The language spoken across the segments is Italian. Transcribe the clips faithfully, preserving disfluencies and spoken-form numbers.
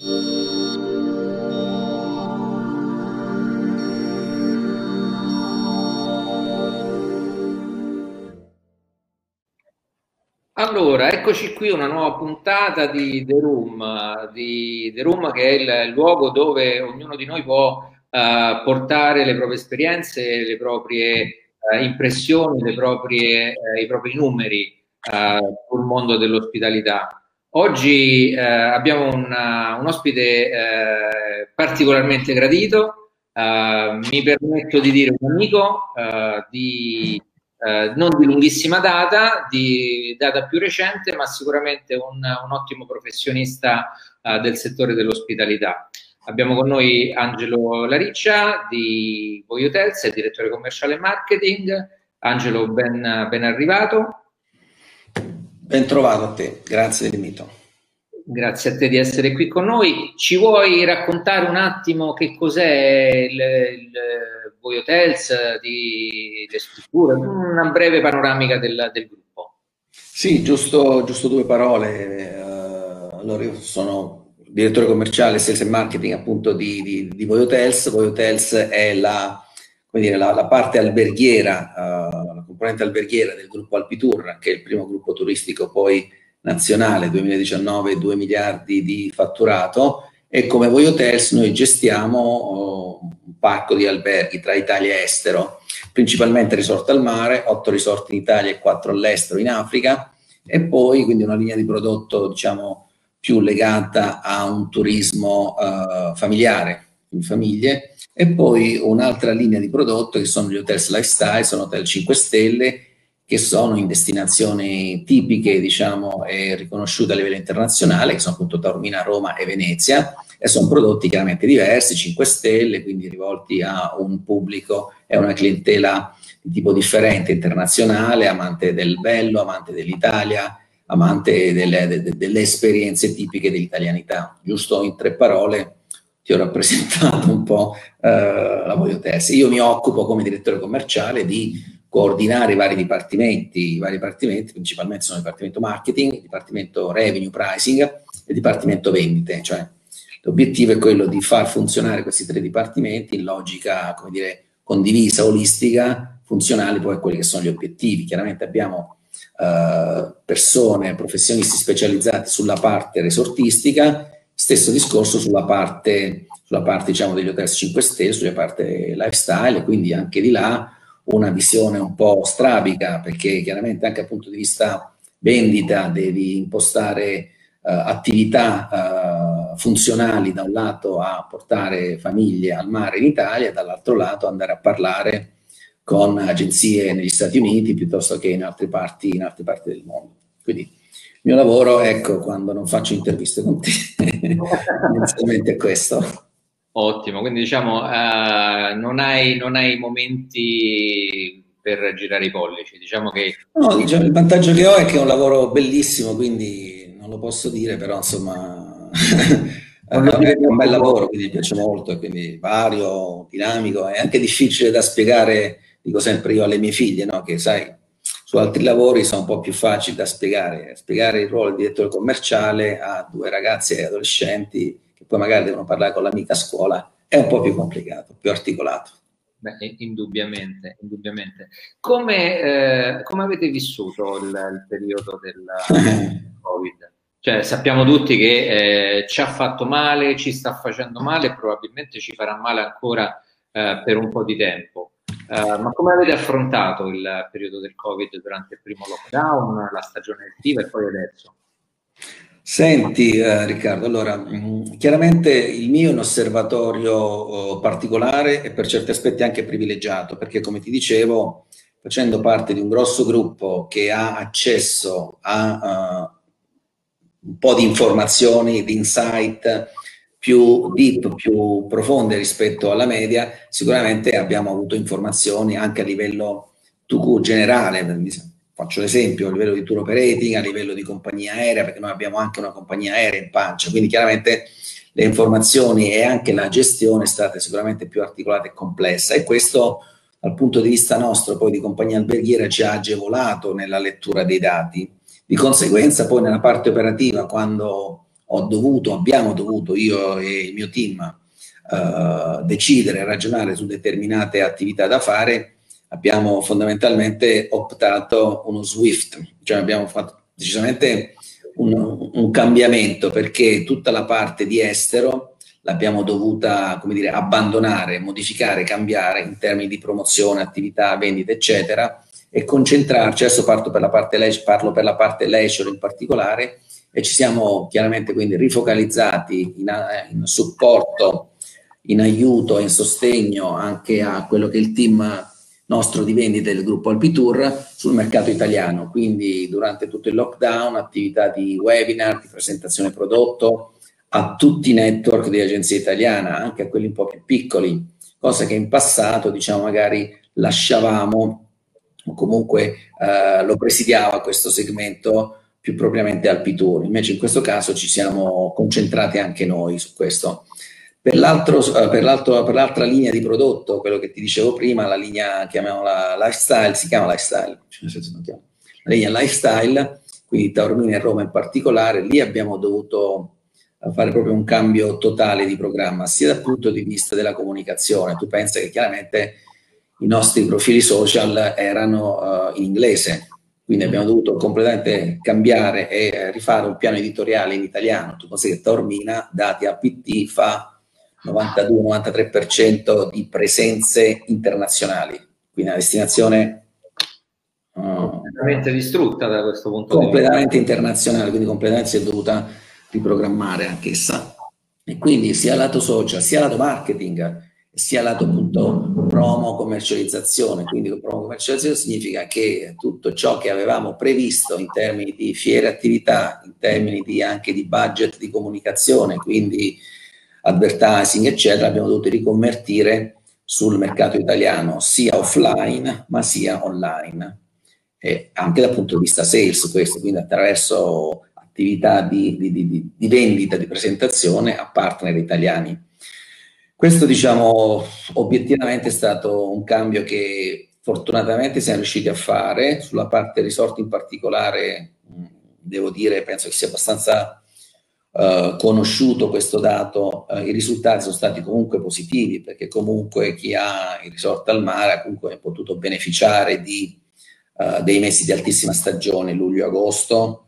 Allora, eccoci qui, una nuova puntata di The Room, di The Room che è il, il luogo dove ognuno di noi può eh, portare le proprie esperienze, le proprie eh, impressioni, le proprie, eh, i propri numeri eh, sul mondo dell'ospitalità. Oggi eh, abbiamo una- un ospite eh, particolarmente gradito, eh, mi permetto di dire un amico eh, di eh, non di lunghissima data, di data più recente, ma sicuramente un, un ottimo professionista eh, del settore dell'ospitalità. Abbiamo con noi Angelo Lariccia di Voi Hotels, è direttore commerciale e marketing. Angelo, ben, ben arrivato. Ben trovato a te, grazie dell'invito. Grazie a te di essere qui con noi. Ci vuoi raccontare un attimo che cos'è il, il Voi Hotels, di, le strutture, una breve panoramica del, del gruppo? Sì, giusto, giusto due parole. Eh, allora, io sono direttore commerciale, sales e marketing appunto di, di, di Voi Hotels. Voi Hotels è la, come dire, la, la parte alberghiera, uh, la componente alberghiera del gruppo Alpitour, che è il primo gruppo turistico poi nazionale, duemiladiciannove, due miliardi di fatturato, e come Voi Hotels noi gestiamo uh, un parco di alberghi tra Italia e estero, principalmente resort al mare, otto resort in Italia e quattro all'estero in Africa, e poi quindi una linea di prodotto diciamo più legata a un turismo uh, familiare, in famiglie, e poi un'altra linea di prodotto che sono gli hotels lifestyle, sono hotel cinque stelle, che sono in destinazioni tipiche, diciamo, e riconosciute a livello internazionale, che sono appunto Taormina, Roma e Venezia, e sono prodotti chiaramente diversi, cinque stelle, quindi rivolti a un pubblico e una clientela di tipo differente, internazionale, amante del bello, amante dell'Italia, amante delle, de, delle esperienze tipiche dell'italianità. Giusto in tre parole ti ho rappresentato un po' eh, la Voi Hotels. Io mi occupo come direttore commerciale di coordinare i vari dipartimenti, i vari dipartimenti principalmente sono il dipartimento marketing, il dipartimento revenue pricing e il dipartimento vendite, cioè l'obiettivo è quello di far funzionare questi tre dipartimenti in logica, come dire, condivisa, olistica, funzionali poi a quelli che sono gli obiettivi. Chiaramente abbiamo eh, persone, professionisti specializzati sulla parte resortistica, stesso discorso sulla parte, sulla parte diciamo degli hotels cinque stelle, sulla parte lifestyle, quindi anche di là una visione un po' strabica, perché chiaramente anche dal punto di vista vendita devi impostare Uh, attività uh, funzionali da un lato a portare famiglie al mare in Italia e dall'altro lato andare a parlare con agenzie negli Stati Uniti piuttosto che in altre parti, in altre parti del mondo. Quindi il mio lavoro, ecco, quando non faccio interviste con te, inizialmente è questo. Ottimo, quindi diciamo eh, non hai, non hai momenti per girare i pollici, diciamo che... No, diciamo, il vantaggio che ho è che è un lavoro bellissimo, quindi non lo posso dire, però insomma è un bel lavoro, quindi mi piace molto, e quindi vario, dinamico, è anche difficile da spiegare, dico sempre io alle mie figlie, no? Che sai, su altri lavori sono un po' più facili da spiegare, spiegare il ruolo di direttore commerciale a due ragazze e adolescenti che poi magari devono parlare con l'amica a scuola, è un po' più complicato, più articolato. Beh, indubbiamente, indubbiamente. Come, eh, come avete vissuto il, il periodo del Covid? Cioè, sappiamo tutti che eh, ci ha fatto male, ci sta facendo male e probabilmente ci farà male ancora eh, per un po' di tempo. Eh, ma come avete affrontato il periodo del Covid durante il primo lockdown, la stagione estiva e poi adesso? Senti eh, Riccardo, allora mh, chiaramente il mio è un osservatorio oh, particolare e per certi aspetti anche privilegiato, perché come ti dicevo, facendo parte di un grosso gruppo che ha accesso a uh, un po' di informazioni, di insight più deep, più profonde rispetto alla media, sicuramente abbiamo avuto informazioni anche a livello T Q generale. Faccio l'esempio a livello di tour operating, a livello di compagnia aerea, perché noi abbiamo anche una compagnia aerea in pancia, quindi chiaramente le informazioni e anche la gestione è stata sicuramente più articolata e complessa, e questo dal punto di vista nostro poi di compagnia alberghiera ci ha agevolato nella lettura dei dati. Di conseguenza poi nella parte operativa, quando ho dovuto, abbiamo dovuto, io e il mio team, eh, decidere, ragionare su determinate attività da fare, abbiamo fondamentalmente optato uno Swift, cioè abbiamo fatto decisamente un, un cambiamento, perché tutta la parte di estero l'abbiamo dovuta, come dire, abbandonare, modificare, cambiare in termini di promozione, attività, vendite, eccetera, e concentrarci. Adesso parto per la parte leisure, parlo per la parte leisure in particolare, e ci siamo chiaramente quindi rifocalizzati in, in supporto, in aiuto e in sostegno anche a quello che è il team nostro di vendita del gruppo Alpitour sul mercato italiano. Quindi durante tutto il lockdown attività di webinar, di presentazione prodotto a tutti i network di agenzie italiane, anche a quelli un po' più piccoli, cosa che in passato, diciamo, magari lasciavamo o comunque eh, lo presidiava questo segmento più propriamente Alpitour. Invece in questo caso ci siamo concentrati anche noi su questo. Per l'altro, per l'altro, per l'altra linea di prodotto, quello che ti dicevo prima, la linea, chiamiamola lifestyle, si chiama lifestyle, nel senso non chiama, la linea lifestyle, quindi Taormina e Roma in particolare, lì abbiamo dovuto fare proprio un cambio totale di programma, sia dal punto di vista della comunicazione. Tu pensi che chiaramente i nostri profili social erano uh, in inglese, quindi abbiamo dovuto completamente cambiare e rifare un piano editoriale in italiano. Tu pensi che Taormina, dati a P T, fa novantadue novantatré per cento di presenze internazionali, quindi una destinazione uh, completamente distrutta da questo punto di vista. Completamente internazionale, quindi completamente si è dovuta riprogrammare anch'essa. E quindi sia lato social, sia lato marketing, sia lato appunto promo commercializzazione. Quindi promo commercializzazione significa che tutto ciò che avevamo previsto in termini di fiere attività, in termini di anche di budget di comunicazione, quindi advertising eccetera, abbiamo dovuto riconvertire sul mercato italiano, sia offline ma sia online, e anche dal punto di vista sales, questo, quindi attraverso attività di, di, di, di vendita, di presentazione a partner italiani. Questo, diciamo, obiettivamente è stato un cambio che fortunatamente siamo riusciti a fare. Sulla parte resort in particolare, devo dire, penso che sia abbastanza uh, conosciuto questo dato. Uh, i risultati sono stati comunque positivi, perché comunque chi ha il resort al mare ha comunque potuto beneficiare di, uh, dei mesi di altissima stagione, luglio e agosto.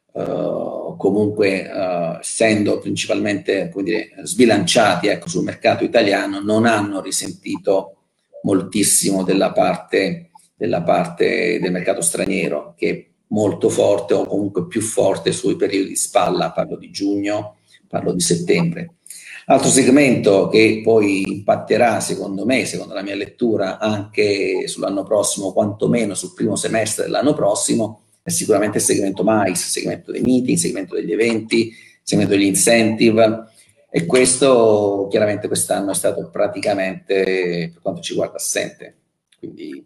Uh, comunque uh, essendo principalmente, come dire, sbilanciati, ecco, sul mercato italiano, non hanno risentito moltissimo della parte, della parte del mercato straniero, che è molto forte o comunque più forte sui periodi di spalla, parlo di giugno, parlo di settembre. Altro segmento che poi impatterà, secondo me, secondo la mia lettura, anche sull'anno prossimo, quantomeno sul primo semestre dell'anno prossimo, è sicuramente il segmento mais, il segmento dei meeting, il segmento degli eventi, il segmento degli incentive, e questo chiaramente quest'anno è stato praticamente, per quanto ci guarda, assente. Quindi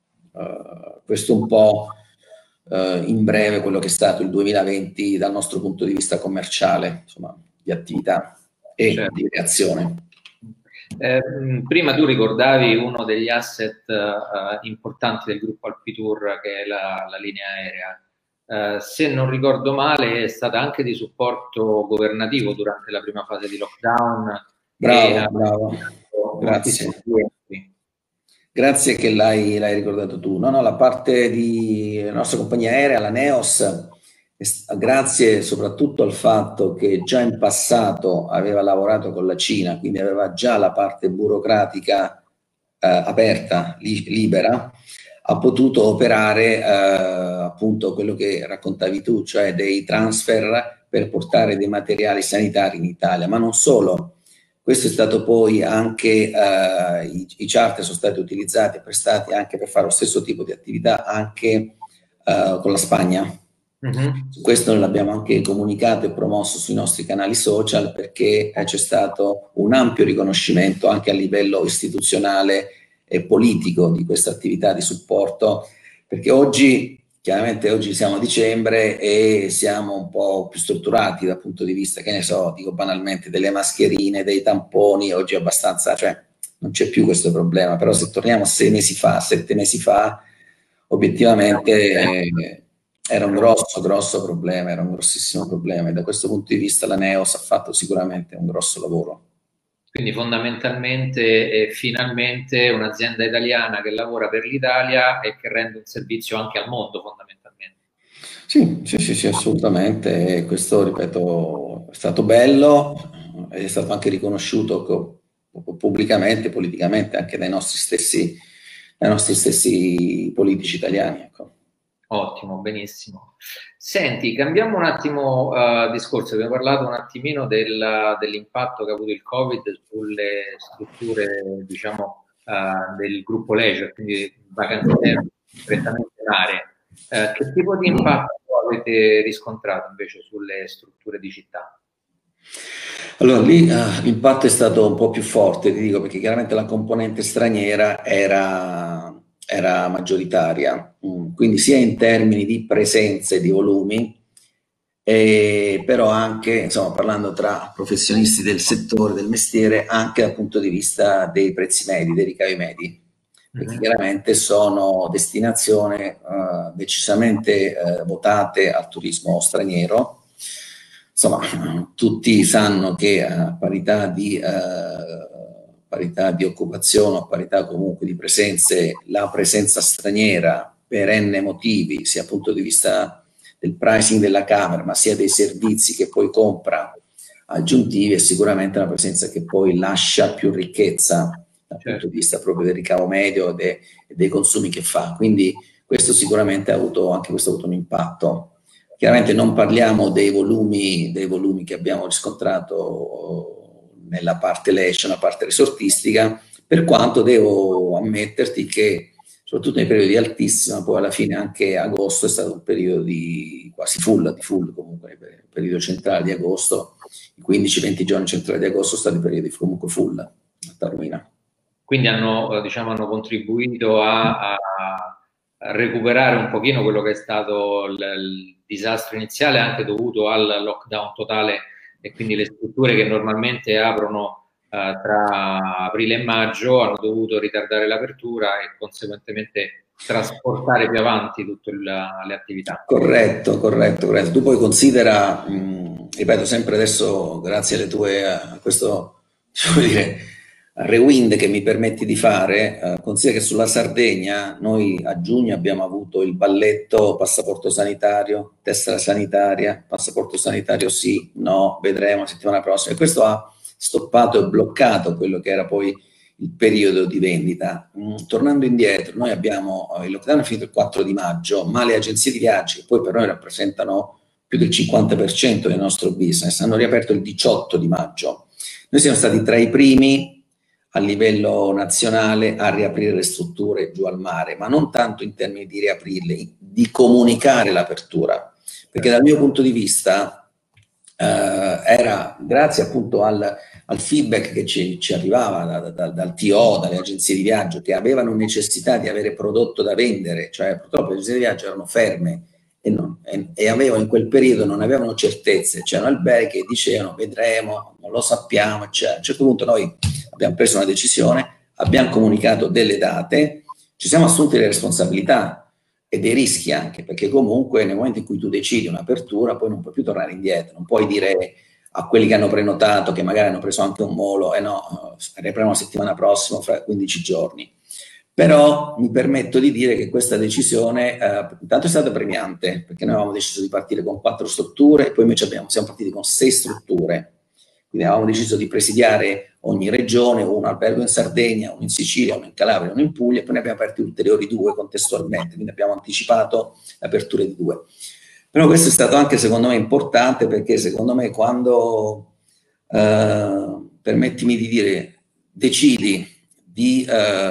uh, questo un po' uh, in breve quello che è stato il duemilaventi dal nostro punto di vista commerciale, insomma, di attività e certo. di reazione. Eh, prima tu ricordavi uno degli asset uh, importanti del gruppo Alpitour, che è la, la linea aerea. Uh, se non ricordo male è stata anche di supporto governativo durante la prima fase di lockdown. Bravo, e, bravo. Uh, grazie. Grazie che l'hai ricordato tu. No, no, la parte di la nostra compagnia aerea, la Neos, grazie soprattutto al fatto che già in passato aveva lavorato con la Cina, quindi aveva già la parte burocratica eh, aperta, li, libera, ha potuto operare eh, appunto quello che raccontavi tu, cioè dei transfer per portare dei materiali sanitari in Italia, ma non solo. Questo è stato poi anche, eh, i, i charter sono stati utilizzati e prestati anche per fare lo stesso tipo di attività anche eh, con la Spagna. Uh-huh. Questo l'abbiamo anche comunicato e promosso sui nostri canali social, perché eh, c'è stato un ampio riconoscimento anche a livello istituzionale e politico di questa attività di supporto, perché oggi, chiaramente oggi siamo a dicembre e siamo un po' più strutturati dal punto di vista, che ne so, dico banalmente, delle mascherine, dei tamponi, oggi è abbastanza, cioè non c'è più questo problema, però se torniamo sei mesi fa, sette mesi fa, obiettivamente... Eh, era un grosso, grosso problema, era un grossissimo problema, e da questo punto di vista la Neos ha fatto sicuramente un grosso lavoro. Quindi fondamentalmente e finalmente un'azienda italiana che lavora per l'Italia e che rende un servizio anche al mondo, fondamentalmente. Sì, sì, sì, sì, assolutamente. E questo, ripeto, è stato bello, è stato anche riconosciuto pubblicamente, politicamente, anche dai nostri stessi, dai nostri stessi politici italiani. Ecco. Ottimo, benissimo. Senti, cambiamo un attimo uh, discorso, abbiamo parlato un attimino del, dell'impatto che ha avuto il Covid sulle strutture, diciamo, uh, del gruppo leisure, quindi vacanziere, prettamente mare. Uh, che tipo di impatto avete riscontrato invece sulle strutture di città? Allora, lì uh, l'impatto è stato un po' più forte, ti dico, perché chiaramente la componente straniera era, era maggioritaria, mm, quindi sia in termini di presenze, di volumi, e però anche, insomma, parlando tra professionisti del settore, del mestiere, anche dal punto di vista dei prezzi medi, dei ricavi medi, perché Mm-hmm. chiaramente sono destinazioni uh, decisamente uh, votate al turismo straniero. Insomma, tutti sanno che a parità di, uh, parità di occupazione, a parità comunque di presenze, la presenza straniera per n motivi, sia dal punto di vista del pricing della camera, ma sia dei servizi che poi compra aggiuntivi, è sicuramente una presenza che poi lascia più ricchezza dal Certo. punto di vista proprio del ricavo medio e de, dei consumi che fa. Quindi questo sicuramente ha avuto, anche questo ha avuto un impatto. Chiaramente non parliamo dei volumi, dei volumi che abbiamo riscontrato nella parte leisure, nella parte resortistica, per quanto devo ammetterti che soprattutto nei periodi altissima, poi alla fine anche agosto è stato un periodo di quasi full, di full comunque, il periodo centrale di agosto, i quindici venti giorni centrali di agosto sono stati periodi comunque full a Taormina. Quindi hanno, diciamo, hanno contribuito a, a recuperare un pochino quello che è stato il, il disastro iniziale, anche dovuto al lockdown totale, e quindi le strutture che normalmente aprono eh, tra aprile e maggio hanno dovuto ritardare l'apertura e conseguentemente trasportare più avanti tutte le attività. Corretto, corretto, corretto. Tu poi considera, mh, ripeto sempre adesso, grazie alle tue, a questo, come dire, rewind che mi permetti di fare, eh, considera che sulla Sardegna noi a giugno abbiamo avuto il balletto passaporto sanitario, tessera sanitaria, passaporto sanitario sì, no, vedremo la settimana prossima, e questo ha stoppato e bloccato quello che era poi il periodo di vendita. Mm, tornando indietro, noi abbiamo, il lockdown è finito il quattro di maggio, ma le agenzie di viaggi, che poi per noi rappresentano più del cinquanta per cento del nostro business, hanno riaperto il diciotto di maggio. Noi siamo stati tra i primi a livello nazionale a riaprire le strutture giù al mare, ma non tanto in termini di riaprirle, di comunicare l'apertura, perché dal mio punto di vista eh, era grazie appunto al, al feedback che ci, ci arrivava da, da, dal T O, dalle agenzie di viaggio, che avevano necessità di avere prodotto da vendere, cioè purtroppo le agenzie di viaggio erano ferme e, non, e, e avevano in quel periodo non avevano certezze, c'erano alberi che dicevano vedremo, non lo sappiamo, cioè, a un certo punto noi abbiamo preso una decisione, abbiamo comunicato delle date, ci siamo assunti le responsabilità e dei rischi anche, perché comunque nel momento in cui tu decidi un'apertura poi non puoi più tornare indietro, non puoi dire a quelli che hanno prenotato, che magari hanno preso anche un molo, e eh no, riapriamo la settimana prossima, fra quindici giorni. Però mi permetto di dire che questa decisione eh, intanto è stata premiante, perché noi avevamo deciso di partire con quattro strutture e poi invece abbiamo, siamo partiti con sei strutture. Quindi avevamo deciso di presidiare ogni regione, un albergo in Sardegna, uno in Sicilia, uno in Calabria, uno in Puglia, e poi ne abbiamo aperti ulteriori due contestualmente, quindi abbiamo anticipato l'apertura di due. Però questo è stato anche secondo me importante, perché secondo me quando, eh, permettimi di dire, decidi di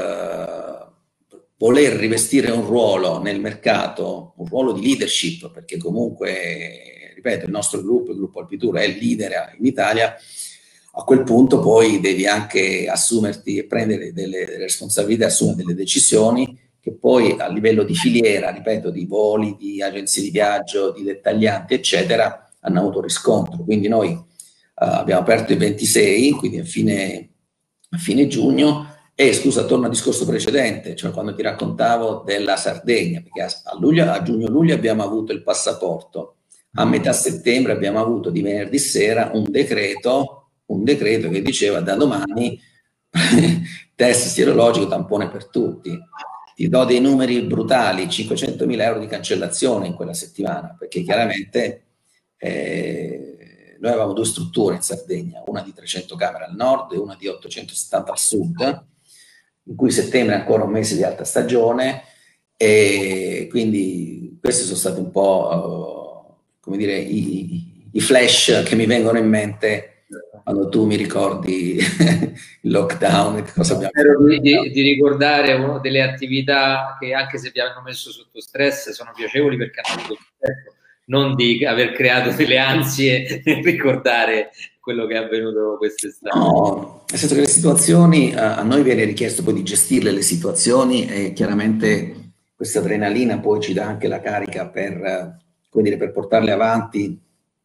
eh, voler rivestire un ruolo nel mercato, un ruolo di leadership, perché comunque, ripeto, il nostro gruppo, il gruppo Alpitour, è il leader in Italia, a quel punto poi devi anche assumerti e prendere delle, delle responsabilità, assumere delle decisioni che poi a livello di filiera, ripeto, di voli, di agenzie di viaggio, di dettaglianti, eccetera, hanno avuto riscontro. Quindi noi uh, abbiamo aperto il ventisei, quindi a fine, a fine giugno, E scusa, torno al discorso precedente, cioè quando ti raccontavo della Sardegna, perché a, a, luglio, a giugno-luglio abbiamo avuto il passaporto, a metà settembre abbiamo avuto di venerdì sera un decreto, un decreto che diceva da domani test sierologico, tampone per tutti. Ti do dei numeri brutali, cinquecentomila euro di cancellazione in quella settimana, perché chiaramente eh, noi avevamo due strutture in Sardegna, una di trecento camere al nord e una di ottocentosettanta al sud, in cui settembre è ancora un mese di alta stagione, e quindi questi sono stati un po', uh, come dire, i, i flash che mi vengono in mente quando tu mi ricordi il lockdown. Che cosa abbiamo Spero di, di, di ricordare una delle attività che, anche se vi hanno messo sotto stress, sono piacevoli perché hanno avuto successo, non di aver creato delle ansie nel ricordare quello che è avvenuto quest'estate. No, nel senso che le situazioni, a noi viene richiesto poi di gestirle le situazioni, e chiaramente questa adrenalina poi ci dà anche la carica per, come dire, per portarle avanti,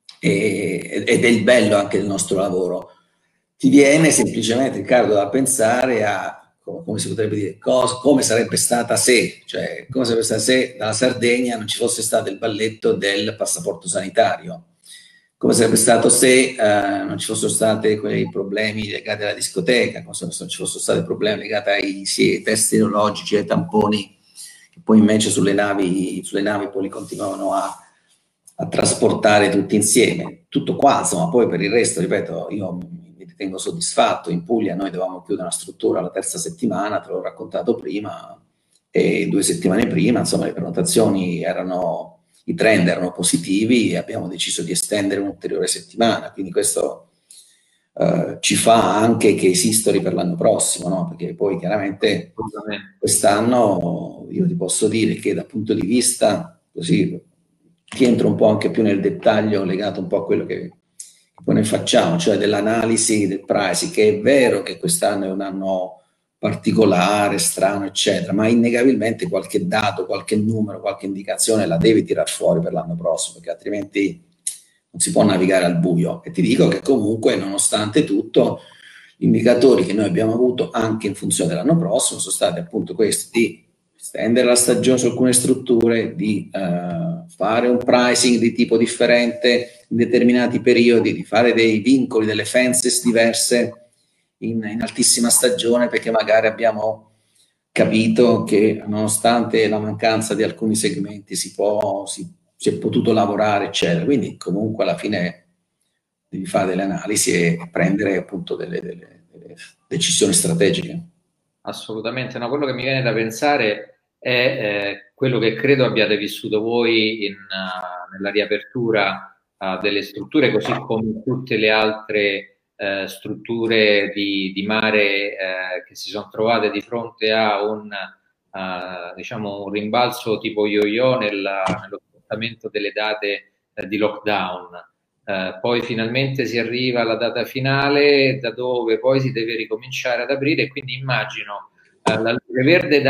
e, ed è il bello anche del nostro lavoro. Ti viene semplicemente, Riccardo, da pensare a, come si potrebbe dire, cosa, come sarebbe stata se, cioè come sarebbe stata se dalla Sardegna non ci fosse stato il balletto del passaporto sanitario. Come sarebbe stato se uh, non ci fossero stati quei problemi legati alla discoteca, come se non ci fossero stati problemi legati ai, sì, ai test serologici, ai tamponi, che poi invece sulle navi, sulle navi poi li continuavano a, a trasportare tutti insieme. Tutto qua, insomma, poi per il resto, ripeto, io mi ritengo soddisfatto. In Puglia noi dovevamo chiudere una struttura la terza settimana, te l'ho raccontato prima, e due settimane prima, insomma, le prenotazioni erano... I trend erano positivi e abbiamo deciso di estendere un'ulteriore settimana, quindi questo eh, ci fa anche che esistori per l'anno prossimo, no? Perché poi chiaramente quest'anno io ti posso dire che dal punto di vista, così ti entro un po' anche più nel dettaglio legato un po' a quello che, che poi noi facciamo, cioè dell'analisi del pricing, che è vero che quest'anno è un anno particolare, strano, eccetera, ma innegabilmente qualche dato, qualche numero, qualche indicazione la devi tirar fuori per l'anno prossimo, perché altrimenti non si può navigare al buio. E ti dico che comunque, nonostante tutto, gli indicatori che noi abbiamo avuto anche in funzione dell'anno prossimo sono stati appunto questi: di estendere la stagione su alcune strutture, di uh, fare un pricing di tipo differente in determinati periodi, di fare dei vincoli, delle fences diverse In, in altissima stagione, perché magari abbiamo capito che nonostante la mancanza di alcuni segmenti si, può, si, si è potuto lavorare, eccetera. Quindi comunque alla fine devi fare delle analisi e prendere appunto delle, delle, delle decisioni strategiche. Assolutamente, no, quello che mi viene da pensare è eh, quello che credo abbiate vissuto voi in, uh, nella riapertura uh, delle strutture, così come tutte le altre Eh, strutture di, di mare eh, che si sono trovate di fronte a un, uh, diciamo, un rimbalzo tipo yo-yo nella, nello spostamento delle date eh, di lockdown. Eh, poi finalmente si arriva alla data finale, da dove poi si deve ricominciare ad aprire, e quindi immagino eh, la luce verde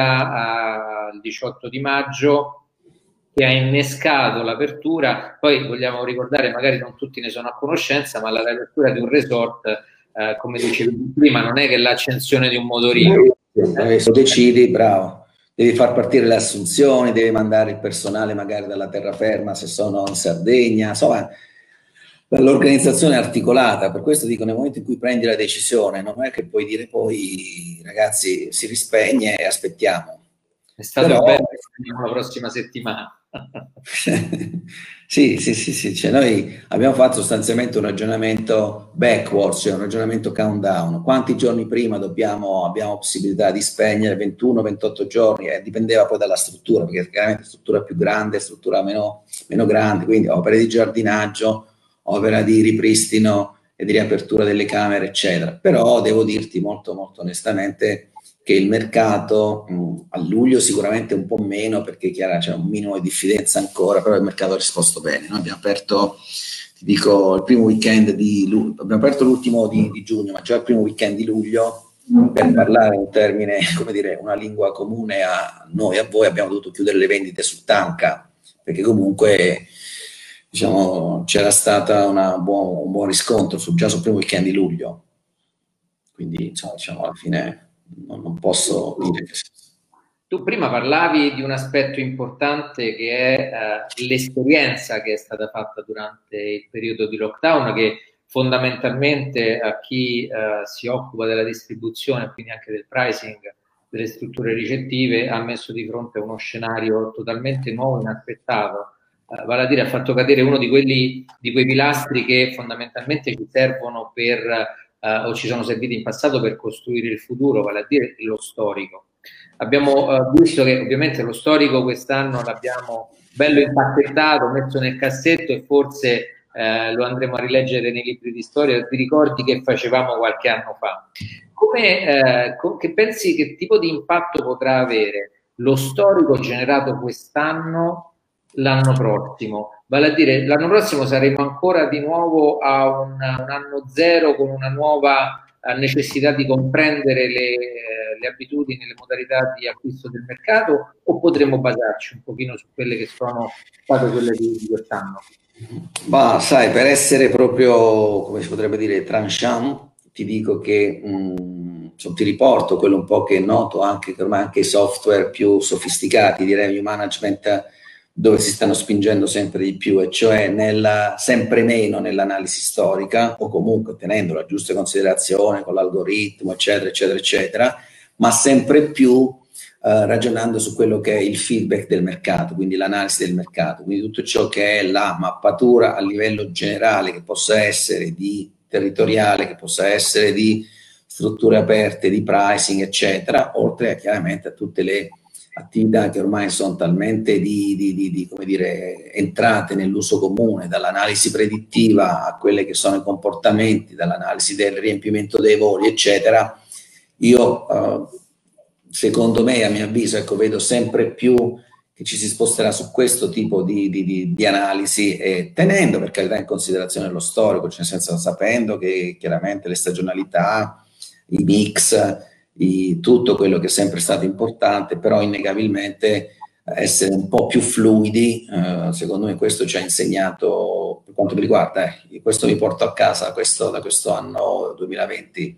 data al diciotto di maggio, che ha innescato l'apertura. Poi vogliamo ricordare, magari non tutti ne sono a conoscenza, ma l'apertura di un resort, eh, come dicevi prima, non è che l'accensione di un motorino. Eh, lo decidi, bravo. Devi far partire le assunzioni, devi mandare il personale magari dalla terraferma se sono in Sardegna, insomma l'organizzazione è articolata. Per questo dico, nel momento in cui prendi la decisione non è che puoi dire poi ragazzi si rispegne e aspettiamo. È stato Però... bello la prossima settimana. sì, sì, sì, sì. Cioè, noi abbiamo fatto sostanzialmente un ragionamento backwards, cioè un ragionamento countdown. Quanti giorni prima dobbiamo, abbiamo possibilità di spegnere? ventuno ventotto giorni, e eh, dipendeva poi dalla struttura, perché chiaramente struttura più grande, struttura meno, meno grande, quindi opere di giardinaggio, opera di ripristino e di riapertura delle camere, eccetera. Però devo dirti molto, molto onestamente che il mercato mh, a luglio sicuramente un po' meno, perché chiaro c'è un minimo di diffidenza ancora, però il mercato ha risposto bene. Noi abbiamo aperto, ti dico, il primo weekend di luglio, abbiamo aperto l'ultimo di, di giugno, ma già il primo weekend di luglio, per parlare un termine, come dire, una lingua comune a noi, a voi, abbiamo dovuto chiudere le vendite su Tanca, perché comunque diciamo c'era stato un buon riscontro su, già sul primo weekend di luglio. Quindi insomma, diciamo alla fine non, non posso dire. Tu prima parlavi di un aspetto importante che è eh, l'esperienza che è stata fatta durante il periodo di lockdown, che fondamentalmente a chi eh, si occupa della distribuzione, quindi anche del pricing delle strutture ricettive, ha messo di fronte a uno scenario totalmente nuovo, inaspettato. Uh, vale a dire, ha fatto cadere uno di quelli di quei pilastri che fondamentalmente ci servono per uh, o ci sono serviti in passato per costruire il futuro, vale a dire lo storico. Abbiamo uh, visto che ovviamente lo storico quest'anno l'abbiamo bello impacchettato, messo nel cassetto e forse uh, lo andremo a rileggere nei libri di storia, ti ricordi che facevamo qualche anno fa. Come, uh, che pensi che tipo di impatto potrà avere lo storico generato quest'anno l'anno prossimo? Vale a dire, l'anno prossimo saremo ancora di nuovo a un, un anno zero con una nuova uh, necessità di comprendere le, uh, le abitudini, le modalità di acquisto del mercato, o potremo basarci un pochino su quelle che sono state quelle di, di quest'anno? Ma sai, per essere proprio, come si potrebbe dire, tranchant, ti dico che mh, ti riporto quello un po' che noto anche che ormai anche i software più sofisticati di revenue management, dove si stanno spingendo sempre di più, e cioè nella, sempre meno nell'analisi storica, o comunque tenendo la giusta considerazione con l'algoritmo, eccetera, eccetera, eccetera, ma sempre più eh, ragionando su quello che è il feedback del mercato, quindi l'analisi del mercato, quindi tutto ciò che è la mappatura a livello generale, che possa essere di territoriale, che possa essere di strutture aperte, di pricing, eccetera, oltre a, chiaramente a tutte le attività che ormai sono talmente di, di, di, di come dire, entrate nell'uso comune, dall'analisi predittiva a quelle che sono i comportamenti, dall'analisi del riempimento dei voli, eccetera. Io, eh, secondo me, a mio avviso, ecco, vedo sempre più che ci si sposterà su questo tipo di, di, di, di analisi, e tenendo per carità in considerazione lo storico, cioè nel senso sapendo che chiaramente le stagionalità, i mix, di tutto quello che è sempre stato importante, però innegabilmente essere un po' più fluidi. Eh, secondo me questo ci ha insegnato, per quanto mi riguarda, eh, questo mi porto a casa questo, da questo anno duemilaventi,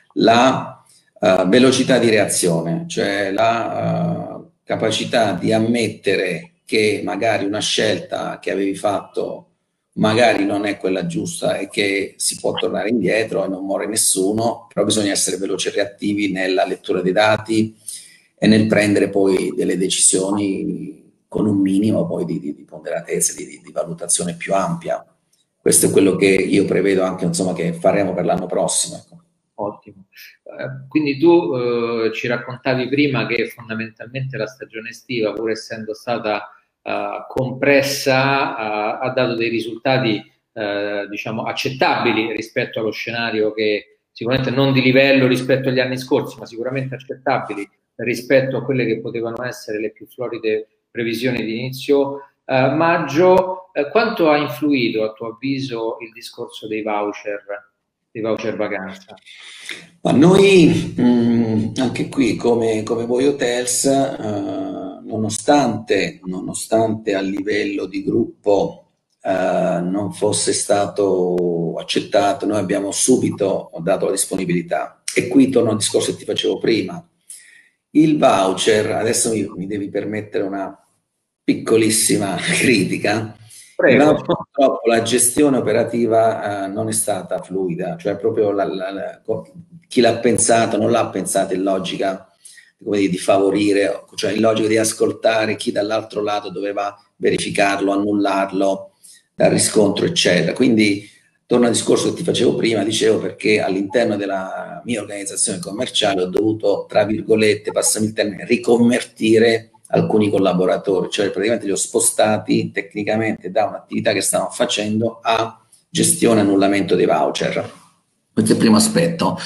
la uh, velocità di reazione, cioè la uh, capacità di ammettere che magari una scelta che avevi fatto magari non è quella giusta e che si può tornare indietro e non muore nessuno, però bisogna essere veloci e reattivi nella lettura dei dati e nel prendere poi delle decisioni con un minimo poi di, di, di ponderatezza, di, di valutazione più ampia. Questo è quello che io prevedo anche, insomma, che faremo per l'anno prossimo. Ecco. Ottimo. Uh, quindi tu uh, ci raccontavi prima che fondamentalmente la stagione estiva, pur essendo stata Uh, compressa, uh, ha dato dei risultati uh, diciamo accettabili rispetto allo scenario, che sicuramente non di livello rispetto agli anni scorsi, ma sicuramente accettabili rispetto a quelle che potevano essere le più floride previsioni di inizio uh, maggio. Uh, quanto ha influito, a tuo avviso, il discorso dei voucher, dei voucher vacanza? Ma noi mh, anche qui come, come Voi Hotels, uh, nonostante, nonostante a livello di gruppo uh, non fosse stato accettato, noi abbiamo subito dato la disponibilità. E qui torno al discorso che ti facevo prima. Il voucher, adesso mi, mi devi permettere una piccolissima critica. Prego. Purtroppo la gestione operativa uh, non è stata fluida, cioè proprio la, la, la, chi l'ha pensato non l'ha pensato in logica, come dire, di favorire, cioè in logica di ascoltare chi dall'altro lato doveva verificarlo, annullarlo, dal riscontro, eccetera. Quindi torno al discorso che ti facevo prima, dicevo, perché all'interno della mia organizzazione commerciale ho dovuto, tra virgolette, passami il termine, riconvertire alcuni collaboratori, cioè praticamente li ho spostati tecnicamente da un'attività che stavano facendo a gestione e annullamento dei voucher. Questo è il primo aspetto.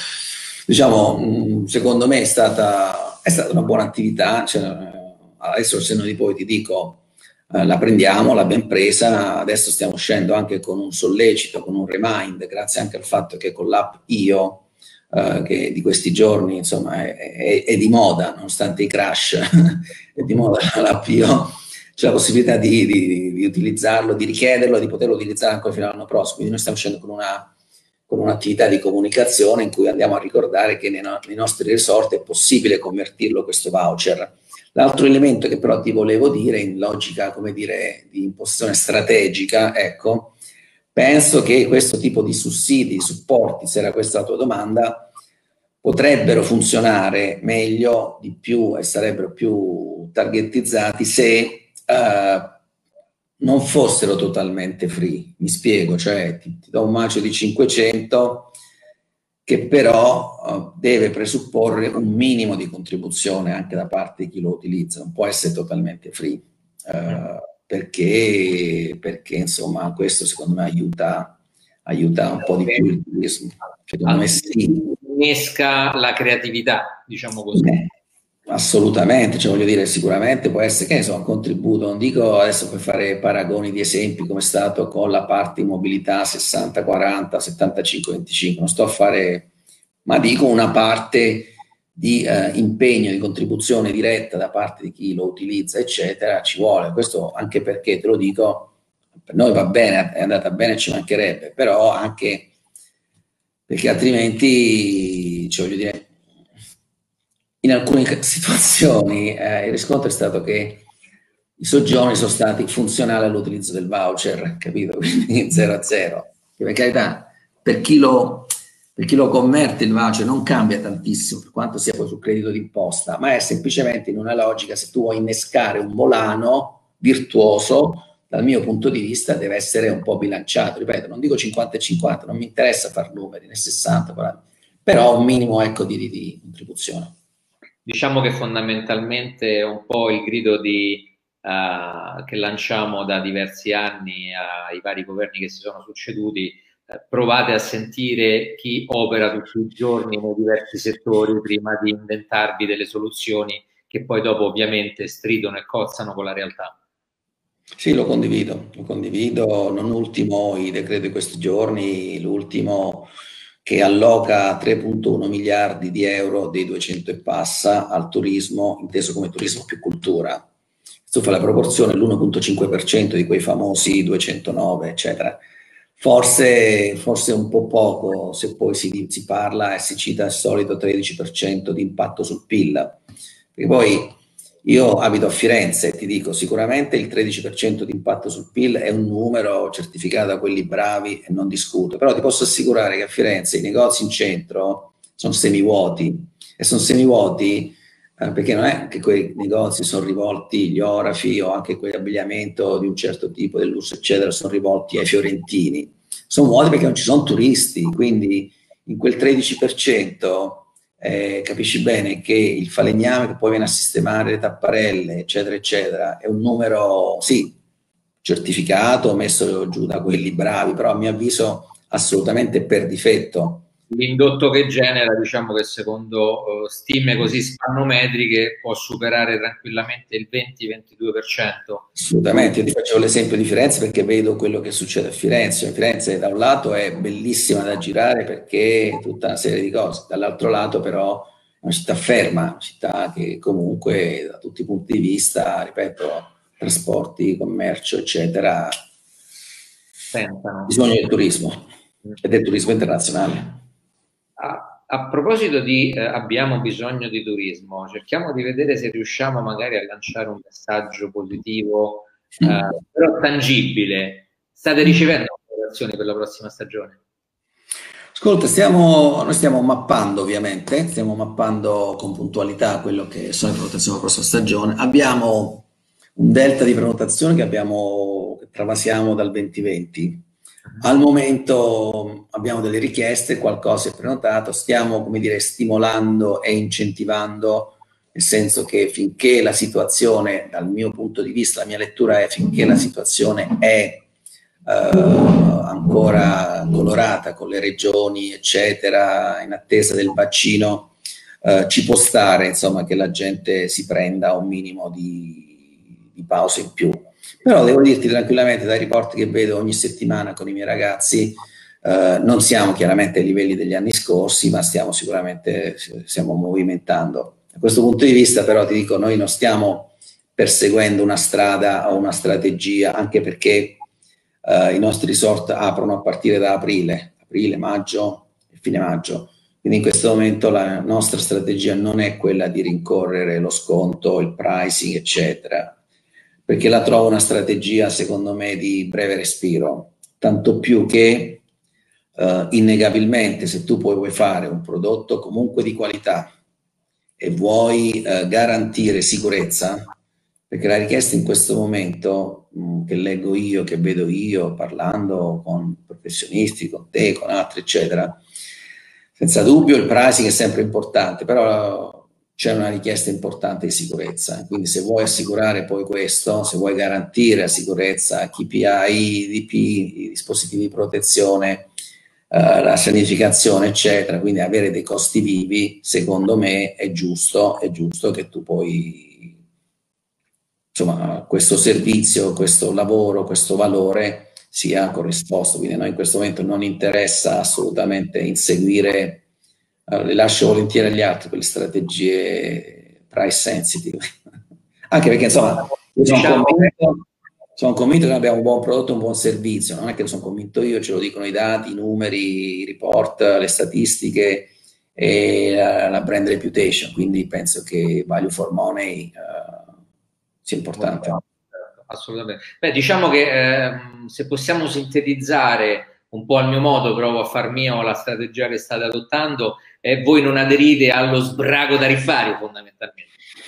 Diciamo, secondo me è stata, è stata una buona attività, cioè, adesso se noi poi ti dico eh, la prendiamo, l'abbiamo presa, adesso stiamo uscendo anche con un sollecito, con un remind, grazie anche al fatto che con l'app Io, Uh, che di questi giorni insomma è, è, è di moda, nonostante i crash, è di moda l'app Io, c'è la possibilità di, di, di utilizzarlo, di richiederlo, di poterlo utilizzare anche fino all'anno prossimo. Quindi noi stiamo uscendo con una, con un'attività di comunicazione in cui andiamo a ricordare che nei, no nei nostri resort è possibile convertirlo questo voucher. L'altro elemento che però ti volevo dire, in logica, come dire, di impostazione strategica, ecco, penso che questo tipo di sussidi, di supporti, se era questa la tua domanda, potrebbero funzionare meglio, di più e sarebbero più targetizzati se uh, non fossero totalmente free. Mi spiego, cioè ti, ti do un macio di cinquecento che però uh, deve presupporre un minimo di contribuzione anche da parte di chi lo utilizza, non può essere totalmente free, uh, perché, perché insomma questo secondo me aiuta, aiuta un po' di più il turismo. Secondo me sì. Innesca la creatività, diciamo così. Eh, assolutamente, cioè voglio dire, sicuramente può essere che insomma un contributo, non dico adesso per fare paragoni di esempi come è stato con la parte mobilità sessanta quaranta, settantacinque venticinque, non sto a fare, ma dico una parte di eh, impegno, di contribuzione diretta da parte di chi lo utilizza, eccetera, ci vuole. Questo anche perché, te lo dico, per noi va bene, è andata bene, ci mancherebbe, però anche perché altrimenti, cioè voglio dire, in alcune situazioni eh, il riscontro è stato che i soggiorni sono stati funzionali all'utilizzo del voucher, capito? Quindi zero a zero. Che per carità, per chi, lo, per chi lo converte il voucher non cambia tantissimo, per quanto sia poi sul credito d'imposta, ma è semplicemente in una logica, se tu vuoi innescare un volano virtuoso, dal mio punto di vista deve essere un po' bilanciato, ripeto, non dico cinquanta e cinquanta, non mi interessa far numeri, né sessanta, quaranta, però un minimo ecco, di, di contribuzione. Diciamo che fondamentalmente è un po' il grido di, uh, che lanciamo da diversi anni ai vari governi che si sono succeduti, uh, provate a sentire chi opera tutti i giorni nei diversi settori prima di inventarvi delle soluzioni che poi dopo ovviamente stridono e cozzano con la realtà. Sì, lo condivido, lo condivido, non ultimo i decreti di questi giorni, l'ultimo che alloca tre virgola uno miliardi di euro dei duecento e passa al turismo, inteso come turismo più cultura. Questo fa la proporzione l'uno virgola cinque per cento di quei famosi duecentonove, eccetera. Forse, forse un po' poco, se poi si, si parla e si cita il solito tredici per cento di impatto sul P I L, perché poi io abito a Firenze e ti dico, sicuramente il tredici per cento di impatto sul P I L è un numero certificato da quelli bravi e non discuto, però ti posso assicurare che a Firenze i negozi in centro sono semivuoti, e sono semivuoti eh, perché non è che quei negozi sono rivolti, gli orafi o anche quell'abbigliamento di un certo tipo, del lusso eccetera, sono rivolti ai fiorentini, sono vuoti perché non ci sono turisti, quindi in quel tredici per cento Eh, capisci bene che il falegname che poi viene a sistemare le tapparelle, eccetera, eccetera, è un numero, sì, certificato, messo giù da quelli bravi, però a mio avviso assolutamente per difetto. L'indotto che genera, diciamo che secondo uh, stime così spannometriche può superare tranquillamente il venti ventidue per cento. Assolutamente, io ti facevo l'esempio di Firenze perché vedo quello che succede a Firenze. Firenze da un lato è bellissima da girare perché è tutta una serie di cose, dall'altro lato però è una città ferma, una città che comunque da tutti i punti di vista, ripeto, trasporti, commercio, eccetera, Pensano. bisogno del turismo e del turismo internazionale. A, a proposito di eh, abbiamo bisogno di turismo, cerchiamo di vedere se riusciamo magari a lanciare un messaggio positivo, eh, però tangibile. State ricevendo informazioni per la prossima stagione? Ascolta, stiamo, noi stiamo mappando ovviamente, stiamo mappando con puntualità quello che sono le prenotazioni della prossima stagione. Abbiamo un delta di prenotazioni che abbiamo, che travasiamo dal duemilaventi. Al momento abbiamo delle richieste, qualcosa è prenotato, stiamo, come dire, stimolando e incentivando, nel senso che finché la situazione, dal mio punto di vista, la mia lettura è finché la situazione è eh, ancora colorata con le regioni, eccetera, in attesa del vaccino, eh, ci può stare, insomma, che la gente si prenda un minimo di, di pausa in più. Però devo dirti tranquillamente dai riporti che vedo ogni settimana con i miei ragazzi, eh, non siamo chiaramente ai livelli degli anni scorsi, ma stiamo sicuramente, stiamo movimentando. Da questo punto di vista però ti dico, noi non stiamo perseguendo una strada o una strategia, anche perché eh, i nostri resort aprono a partire da aprile, aprile, maggio, fine maggio. Quindi in questo momento la nostra strategia non è quella di rincorrere lo sconto, il pricing, eccetera, perché la trovo una strategia, secondo me, di breve respiro, tanto più che uh, innegabilmente, se tu poi vuoi fare un prodotto comunque di qualità e vuoi uh, garantire sicurezza, perché la richiesta in questo momento, mh, che leggo io, che vedo io, parlando con professionisti, con te, con altri, eccetera, senza dubbio il pricing è sempre importante, però c'è una richiesta importante di sicurezza. Quindi se vuoi assicurare poi questo, se vuoi garantire la sicurezza, K P I, I D P, i dispositivi di protezione, Uh, la sanificazione, eccetera, quindi avere dei costi vivi, secondo me è giusto, è giusto che tu poi, insomma, questo servizio, questo lavoro, questo valore sia corrisposto. Quindi a noi in questo momento non interessa assolutamente inseguire, uh, le lascio volentieri agli altri quelle strategie price sensitive, anche perché insomma io sono Diciamo che convinto Sono convinto che abbiamo un buon prodotto e un buon servizio, non è che lo sono convinto io, ce lo dicono i dati, i numeri, i report, le statistiche e la, la brand reputation, quindi penso che value for money uh, sia importante. Assolutamente. Beh, diciamo che eh, se possiamo sintetizzare un po' al mio modo, provo a far mio la strategia che state adottando, e voi non aderite allo sbrago tariffario fondamentalmente.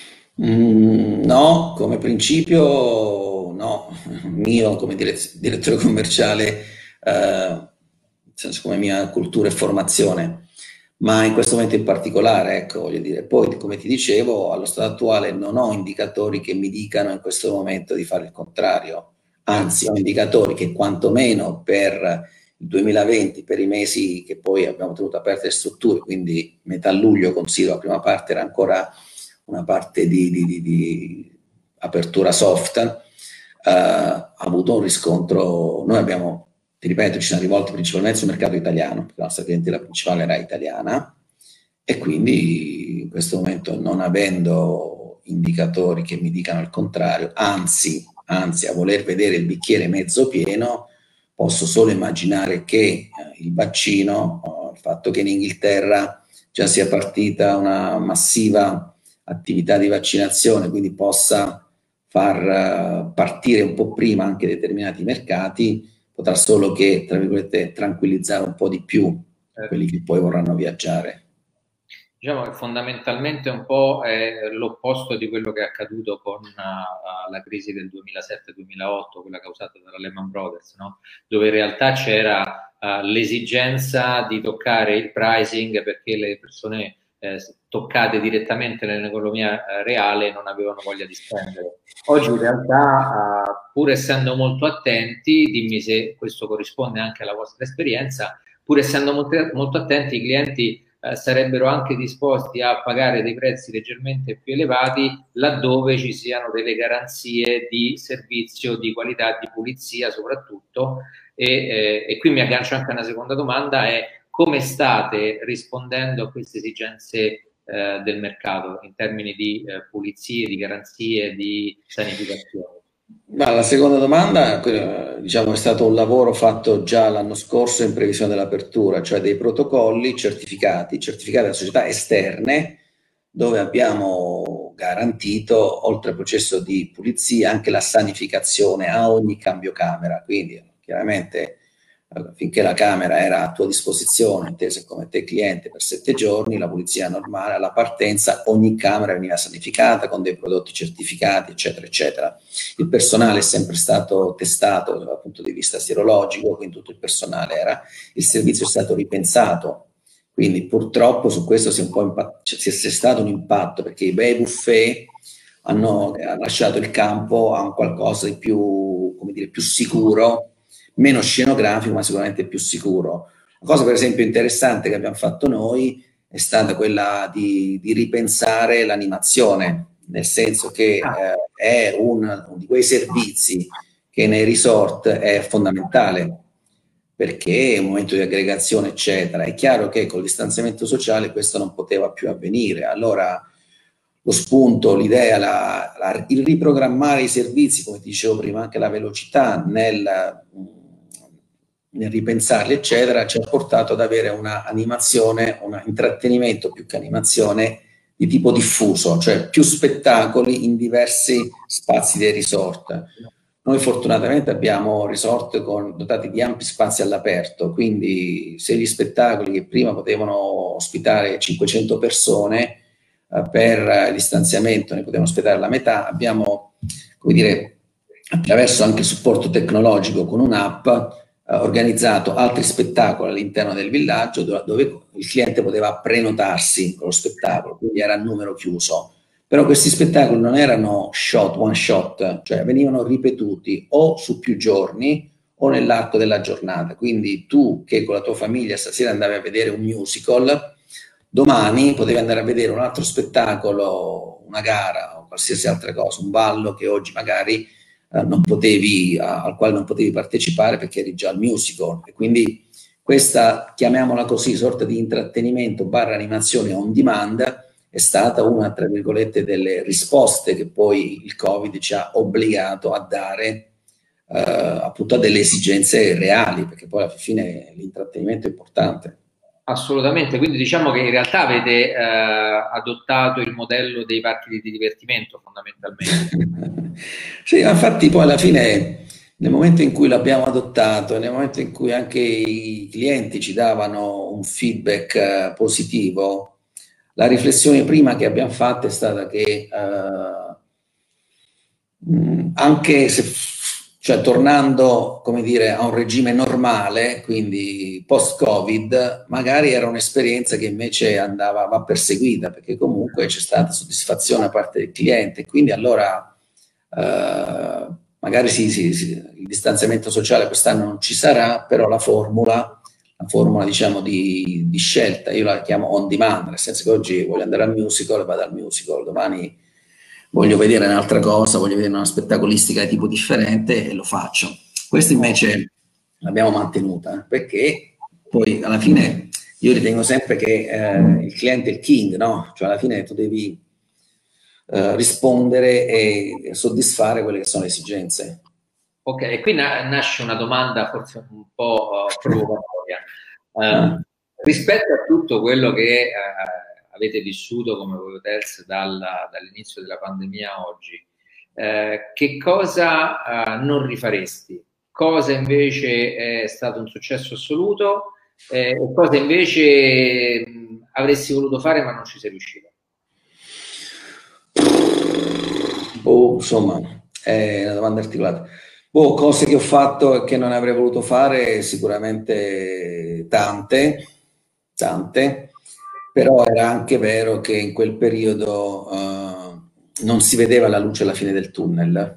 Mm, no, come principio no, mio come direz- direttore commerciale, eh, senso come mia cultura e formazione, ma in questo momento in particolare, ecco, voglio dire, poi come ti dicevo, allo stato attuale non ho indicatori che mi dicano in questo momento di fare il contrario, anzi ho indicatori che quantomeno per il duemilaventi, per i mesi che poi abbiamo tenuto aperte le strutture, quindi metà luglio considero la prima parte era ancora una parte di, di, di, di apertura soft, eh, ha avuto un riscontro. Noi abbiamo, ti ripeto, ci siamo rivolti principalmente sul mercato italiano, perché la nostra clientela principale era italiana, e quindi in questo momento, non avendo indicatori che mi dicano il contrario, anzi, anzi a voler vedere il bicchiere mezzo pieno, posso solo immaginare che eh, il vaccino, eh, il fatto che in Inghilterra già sia partita una massiva attività di vaccinazione, quindi possa far uh, partire un po' prima anche determinati mercati, potrà solo che, tra virgolette, tranquillizzare un po' di più quelli che poi vorranno viaggiare. Diciamo che fondamentalmente un po' è l'opposto di quello che è accaduto con uh, la crisi del duemilasette duemilaotto, quella causata dalla Lehman Brothers, no? Dove in realtà c'era uh, l'esigenza di toccare il pricing perché le persone eh, toccate direttamente nell'economia eh, reale non avevano voglia di spendere. Oggi in realtà, uh, pur essendo molto attenti, dimmi se questo corrisponde anche alla vostra esperienza, pur essendo molto, molto attenti, i clienti eh, sarebbero anche disposti a pagare dei prezzi leggermente più elevati laddove ci siano delle garanzie di servizio, di qualità, di pulizia soprattutto. E, eh, e qui mi aggancio anche a una seconda domanda, è come state rispondendo a queste esigenze eh, del mercato in termini di eh, pulizie, di garanzie, di sanificazione? Ma la seconda domanda, diciamo, è stato un lavoro fatto già l'anno scorso in previsione dell'apertura, cioè dei protocolli certificati, certificati da società esterne, dove abbiamo garantito, oltre al processo di pulizia, anche la sanificazione a ogni cambio camera. Quindi, chiaramente, finché la camera era a tua disposizione, intesa come te cliente, per sette giorni, la pulizia normale, alla partenza, ogni camera veniva sanificata con dei prodotti certificati, eccetera, eccetera. Il personale è sempre stato testato dal punto di vista sierologico, quindi tutto il personale era, il servizio è stato ripensato, quindi purtroppo su questo si è, un po' impatt- cioè, si è stato un impatto, perché i bei buffet hanno lasciato il campo a un qualcosa di più, come dire, più sicuro, meno scenografico, ma sicuramente più sicuro. La cosa, per esempio, interessante che abbiamo fatto noi è stata quella di, di ripensare l'animazione, nel senso che eh, è un, uno di quei servizi che nei resort è fondamentale, perché è un momento di aggregazione, eccetera. È chiaro che col distanziamento sociale questo non poteva più avvenire. Allora lo spunto, l'idea, la, la, il riprogrammare i servizi, come ti dicevo prima, anche la velocità nel nel ripensarli, eccetera, ci ha portato ad avere una animazione, un intrattenimento più che animazione di tipo diffuso, cioè più spettacoli in diversi spazi dei resort. Noi fortunatamente abbiamo resort con, dotati di ampi spazi all'aperto, quindi se gli spettacoli che prima potevano ospitare cinquecento persone, eh, per il distanziamento ne potevano ospitare la metà, abbiamo, come dire, attraverso anche supporto tecnologico con un'app, eh, organizzato altri spettacoli all'interno del villaggio dove, dove il cliente poteva prenotarsi con lo spettacolo, quindi era a numero chiuso. Però questi spettacoli non erano shot, one shot, cioè venivano ripetuti o su più giorni o nell'arco della giornata. Quindi tu che con la tua famiglia stasera andavi a vedere un musical, domani potevi andare a vedere un altro spettacolo, una gara o qualsiasi altra cosa, un ballo che oggi magari eh, non potevi, a, al quale non potevi partecipare perché eri già al musical. E quindi questa, chiamiamola così, sorta di intrattenimento barra animazione on demand è stata una, tra virgolette, delle risposte che poi il Covid ci ha obbligato a dare eh, appunto a delle esigenze reali, perché poi alla fine l'intrattenimento è importante. Assolutamente, quindi diciamo che in realtà avete eh, adottato il modello dei parchi di divertimento fondamentalmente. Sì, infatti poi alla fine nel momento in cui l'abbiamo adottato, nel momento in cui anche i clienti ci davano un feedback eh, positivo, la riflessione prima che abbiamo fatto è stata che eh, anche se, cioè tornando, come dire, a un regime normale, quindi post-Covid, magari era un'esperienza che invece andava, va perseguita, perché comunque c'è stata soddisfazione da parte del cliente, quindi allora eh, magari sì, sì, sì, il distanziamento sociale quest'anno non ci sarà, però la formula la formula diciamo di, di scelta, io la chiamo on demand, nel senso che oggi voglio andare al musical, vado al musical, domani voglio vedere un'altra cosa, voglio vedere una spettacolistica di tipo differente e lo faccio. Questo invece l'abbiamo mantenuta, perché poi alla fine io ritengo sempre che eh, il cliente è il king, no? Cioè alla fine tu devi eh, rispondere e soddisfare quelle che sono le esigenze. Ok, e qui na- nasce una domanda forse un po' uh, provocatoria. Uh, rispetto a tutto quello che uh, avete vissuto come Voyotels dalla, dall'inizio della pandemia a oggi, uh, che cosa uh, non rifaresti? Cosa invece è stato un successo assoluto eh, e cosa invece mh, avresti voluto fare ma non ci sei riuscito? Boh, insomma, è una domanda articolata. Boh, cose che ho fatto e che non avrei voluto fare, sicuramente tante, tante, però era anche vero che in quel periodo eh, non si vedeva la luce alla fine del tunnel.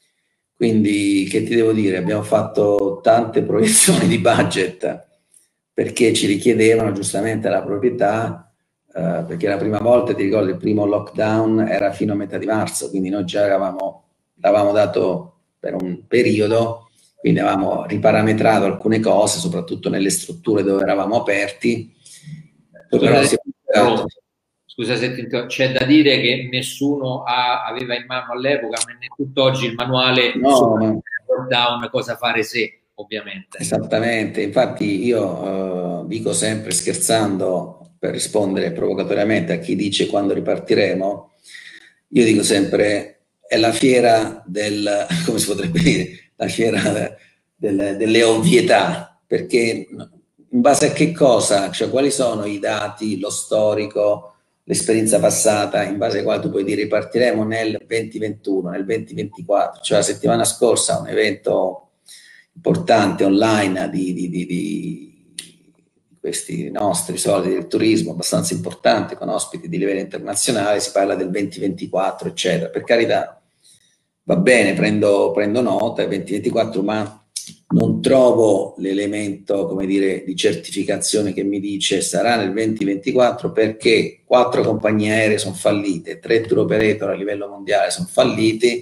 Quindi, che ti devo dire, abbiamo fatto tante proiezioni di budget perché ci richiedevano giustamente la proprietà, eh, perché la prima volta, ti ricordo, il primo lockdown era fino a metà di marzo, quindi noi già eravamo, l'avevamo dato per un periodo, quindi avevamo riparametrato alcune cose, soprattutto nelle strutture dove eravamo aperti. Poi però si è no. Scusa se ti interrompo, c'è da dire che nessuno ha, aveva in mano all'epoca, né tutt'oggi, il manuale no, su no. lockdown, cosa fare se, ovviamente. Esattamente, infatti io eh, dico sempre scherzando per rispondere provocatoriamente a chi dice quando ripartiremo, io dico sempre è la fiera del, come si potrebbe dire, la fiera del, delle ovvietà, perché in base a che cosa, cioè quali sono i dati, lo storico, l'esperienza passata in base ai quali tu puoi dire ripartiremo nel duemilaventuno, nel duemilaventiquattro, cioè la settimana scorsa un evento importante online di, di, di, di questi nostri soldi del turismo abbastanza importante con ospiti di livello internazionale, si parla del duemilaventiquattro eccetera, per carità va bene, prendo, prendo nota, il duemilaventiquattro, ma non trovo l'elemento, come dire, di certificazione che mi dice sarà nel duemilaventiquattro perché quattro compagnie aeree sono fallite, tre tour operator a livello mondiale sono falliti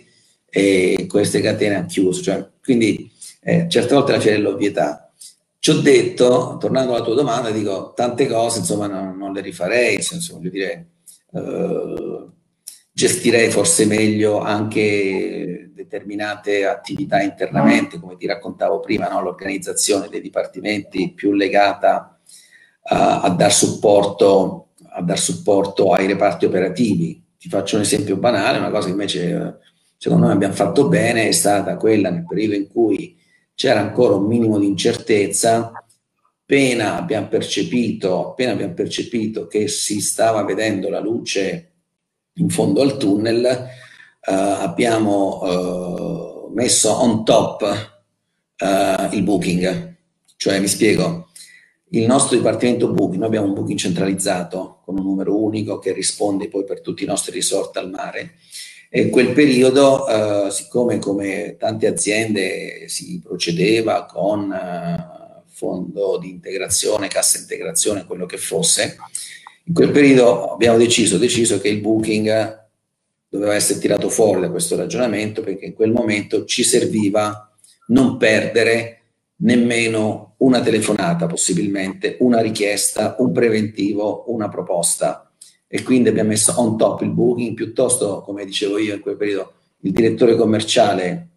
e queste catene hanno chiuso, cioè, quindi eh, certe volte la fiera dell'ovvietà. Ci ho detto, tornando alla tua domanda, dico tante cose, insomma, non, non le rifarei, nel senso, voglio dire, eh, gestirei forse meglio anche determinate attività internamente, come ti raccontavo prima, no? L'organizzazione dei dipartimenti più legata a, a dar supporto, a dar supporto ai reparti operativi. Ti faccio un esempio banale, una cosa che invece secondo noi abbiamo fatto bene è stata quella nel periodo in cui c'era ancora un minimo di incertezza. Appena abbiamo percepito, appena abbiamo percepito che si stava vedendo la luce in fondo al tunnel, eh, abbiamo eh, messo on top eh, il booking. Cioè, mi spiego, il nostro dipartimento booking, noi abbiamo un booking centralizzato con un numero unico che risponde poi per tutti i nostri resort al mare. E in quel periodo, eh, siccome come tante aziende si procedeva con eh, fondo di integrazione, cassa integrazione, quello che fosse, in quel periodo abbiamo deciso, deciso che il booking doveva essere tirato fuori da questo ragionamento, perché in quel momento ci serviva non perdere nemmeno una telefonata, possibilmente una richiesta, un preventivo, una proposta. E quindi abbiamo messo on top il booking, piuttosto, come dicevo io in quel periodo, il direttore commerciale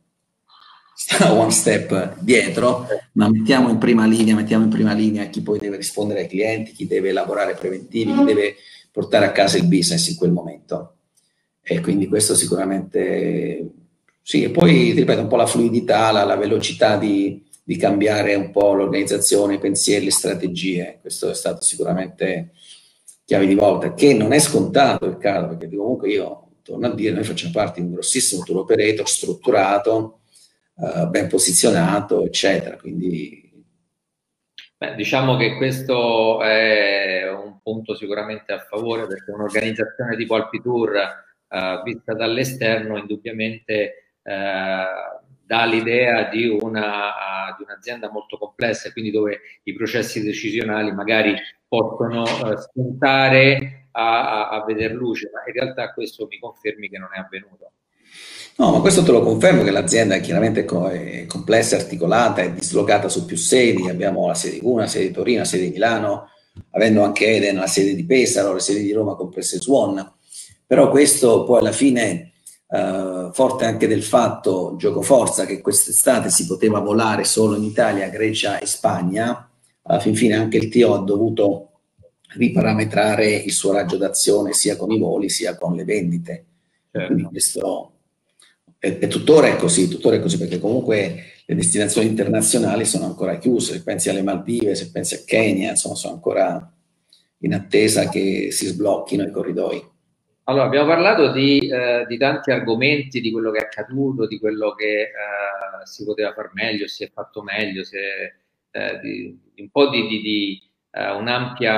sta one step dietro, ma mettiamo in prima linea, mettiamo in prima linea chi poi deve rispondere ai clienti, chi deve elaborare preventivi, chi deve portare a casa il business in quel momento. E quindi questo sicuramente sì. E poi, ti ripeto, un po' la fluidità, la, la velocità di, di cambiare un po' l'organizzazione, i pensieri, le strategie. Questo è stato sicuramente chiave di volta, che non è scontato, Riccardo, perché comunque io, torno a dire, noi facciamo parte di un grossissimo tour operator strutturato, eh, ben posizionato, eccetera. Quindi Beh, diciamo che questo è un punto sicuramente a favore, perché un'organizzazione tipo Alpitour, eh, vista dall'esterno, indubbiamente eh, dà l'idea di una, di un'azienda molto complessa, e quindi dove i processi decisionali magari possono eh, spuntare a, a, a veder luce, ma in realtà questo mi confermi che non è avvenuto. no, ma questo te lo confermo, che l'azienda è chiaramente co- è complessa, è articolata, è dislocata su più sedi. Abbiamo la sede di Cuneo, la sede di Torino, la sede di Milano, avendo anche Eden, la sede di Pesaro, le sedi di Roma comprese Swan. Però questo poi alla fine, eh, forte anche del fatto, gioco forza, che quest'estate si poteva volare solo in Italia, Grecia e Spagna, alla fin fine anche il T O ha dovuto riparametrare il suo raggio d'azione sia con i voli sia con le vendite. Certo. Quindi questo è, è tuttora è così, tuttora è così, perché comunque le destinazioni internazionali sono ancora chiuse. Se pensi alle Maldive, se pensi a Kenya, insomma, sono ancora in attesa che si sblocchino i corridoi. Allora, abbiamo parlato di, eh, di tanti argomenti, di quello che è accaduto, di quello che eh, si poteva far meglio, si è fatto meglio, si è, eh, di, un po' di, di, di uh, un'ampia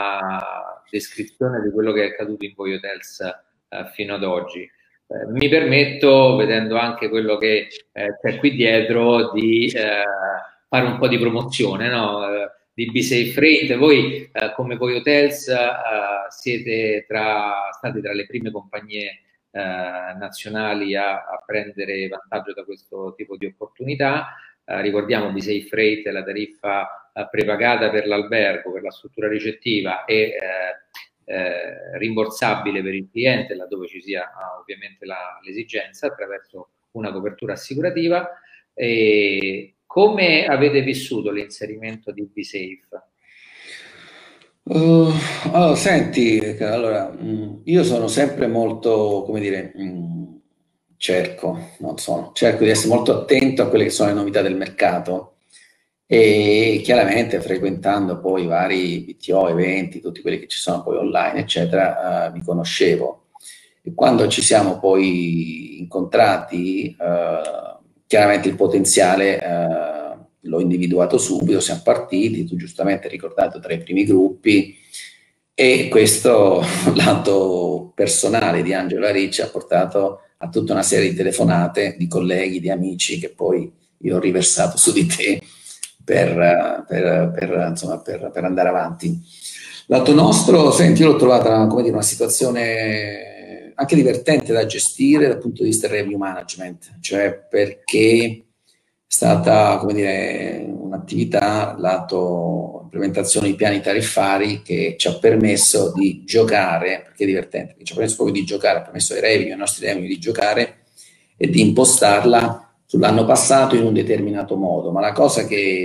uh, descrizione di quello che è accaduto in Voi Hotels uh, fino ad oggi. Eh, mi permetto, vedendo anche quello che eh, c'è qui dietro, di eh, fare un po' di promozione, no? Di Be Safe Freight. Voi eh, come Voi Hotels eh, siete tra, state tra le prime compagnie eh, nazionali a, a prendere vantaggio da questo tipo di opportunità. Eh, ricordiamo Be Safe Freight è la tariffa eh, prepagata per l'albergo, per la struttura ricettiva e eh, eh, rimborsabile per il cliente laddove ci sia ah, ovviamente l'esigenza attraverso una copertura assicurativa. E come avete vissuto l'inserimento di Be Safe? Uh, allora, senti, allora, mh, io sono sempre molto, come dire, mh, cerco, non so, cerco di essere molto attento a quelle che sono le novità del mercato, e chiaramente frequentando poi i vari B T O, eventi, tutti quelli che ci sono poi online, eccetera, uh, mi conoscevo. E quando ci siamo poi incontrati, uh, chiaramente il potenziale uh, l'ho individuato subito, siamo partiti, tu giustamente hai ricordato, tra i primi gruppi, e questo lato personale di Angelo Ricci ha portato a tutta una serie di telefonate di colleghi, di amici, che poi io ho riversato su di te per, per, per, insomma, per, per andare avanti. Lato nostro, senti, io l'ho trovata, come dire, una situazione anche divertente da gestire dal punto di vista del review management, cioè perché è stata, come dire, un'attività lato implementazione di piani tariffari che ci ha permesso di giocare, perché è divertente, che ci ha permesso proprio di giocare, ha permesso ai revenue, ai nostri revenue di giocare e di impostarla sull'anno passato in un determinato modo. Ma la cosa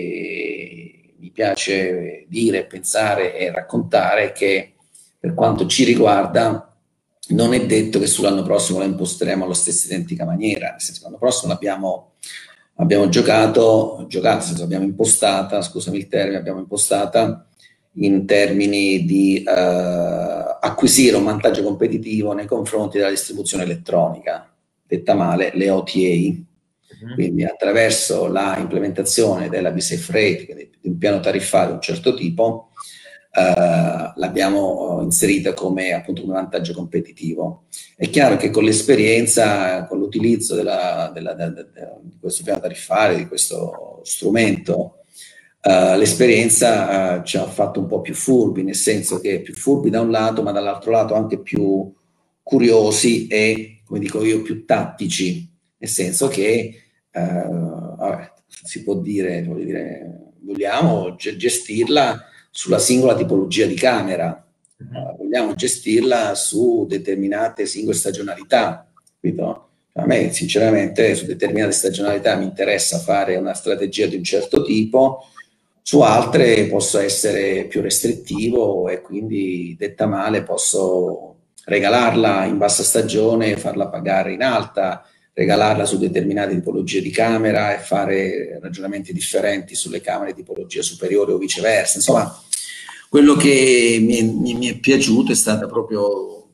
che mi piace dire, pensare e raccontare è che, per quanto ci riguarda, non è detto che sull'anno prossimo la imposteremo alla stessa identica maniera, nel senso che l'anno prossimo l'abbiamo abbiamo giocato, giocato, nel senso abbiamo impostata, scusami il termine, abbiamo impostata in termini di eh, acquisire un vantaggio competitivo nei confronti della distribuzione elettronica, detta male, le O T A. Uh-huh. Quindi attraverso la implementazione della B-Safe Rate, quindi di un piano tariffario di un certo tipo, Uh, l'abbiamo inserita come appunto un vantaggio competitivo. È chiaro che con l'esperienza, con l'utilizzo della, della, della, della, di questo piano tariffario, di questo strumento, uh, l'esperienza uh, ci ha fatto un po' più furbi, nel senso che più furbi da un lato, ma dall'altro lato anche più curiosi e, come dico io, più tattici, nel senso che uh, vabbè, si può dire, voglio dire, vogliamo gestirla sulla singola tipologia di camera, uh, vogliamo gestirla su determinate singole stagionalità, capito? A me sinceramente su determinate stagionalità mi interessa fare una strategia di un certo tipo, su altre posso essere più restrittivo e quindi, detta male, posso regalarla in bassa stagione e farla pagare in alta, regalarla su determinate tipologie di camera e fare ragionamenti differenti sulle camere di tipologia superiore o viceversa. Insomma, quello che mi è, mi è piaciuto è stata proprio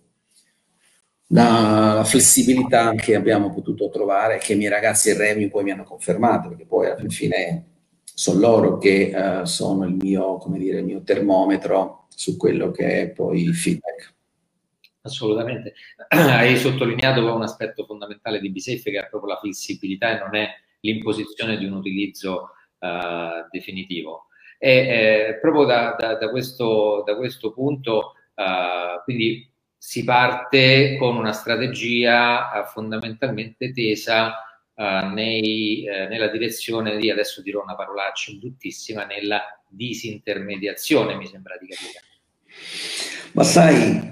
la, la flessibilità che abbiamo potuto trovare, che i miei ragazzi e Remi poi mi hanno confermato, perché poi alla fine sono loro che uh, sono il mio, come dire, il mio termometro su quello che è poi il feedback. Assolutamente. Hai sottolineato un aspetto fondamentale di B-Safe, che è proprio la flessibilità e non è l'imposizione di un utilizzo uh, definitivo. E eh, proprio da, da, da, questo, da questo punto, uh, quindi si parte con una strategia uh, fondamentalmente tesa uh, nei, eh, nella direzione di, adesso dirò una parolaccia bruttissima, nella disintermediazione, mi sembra di capire. Ma sai,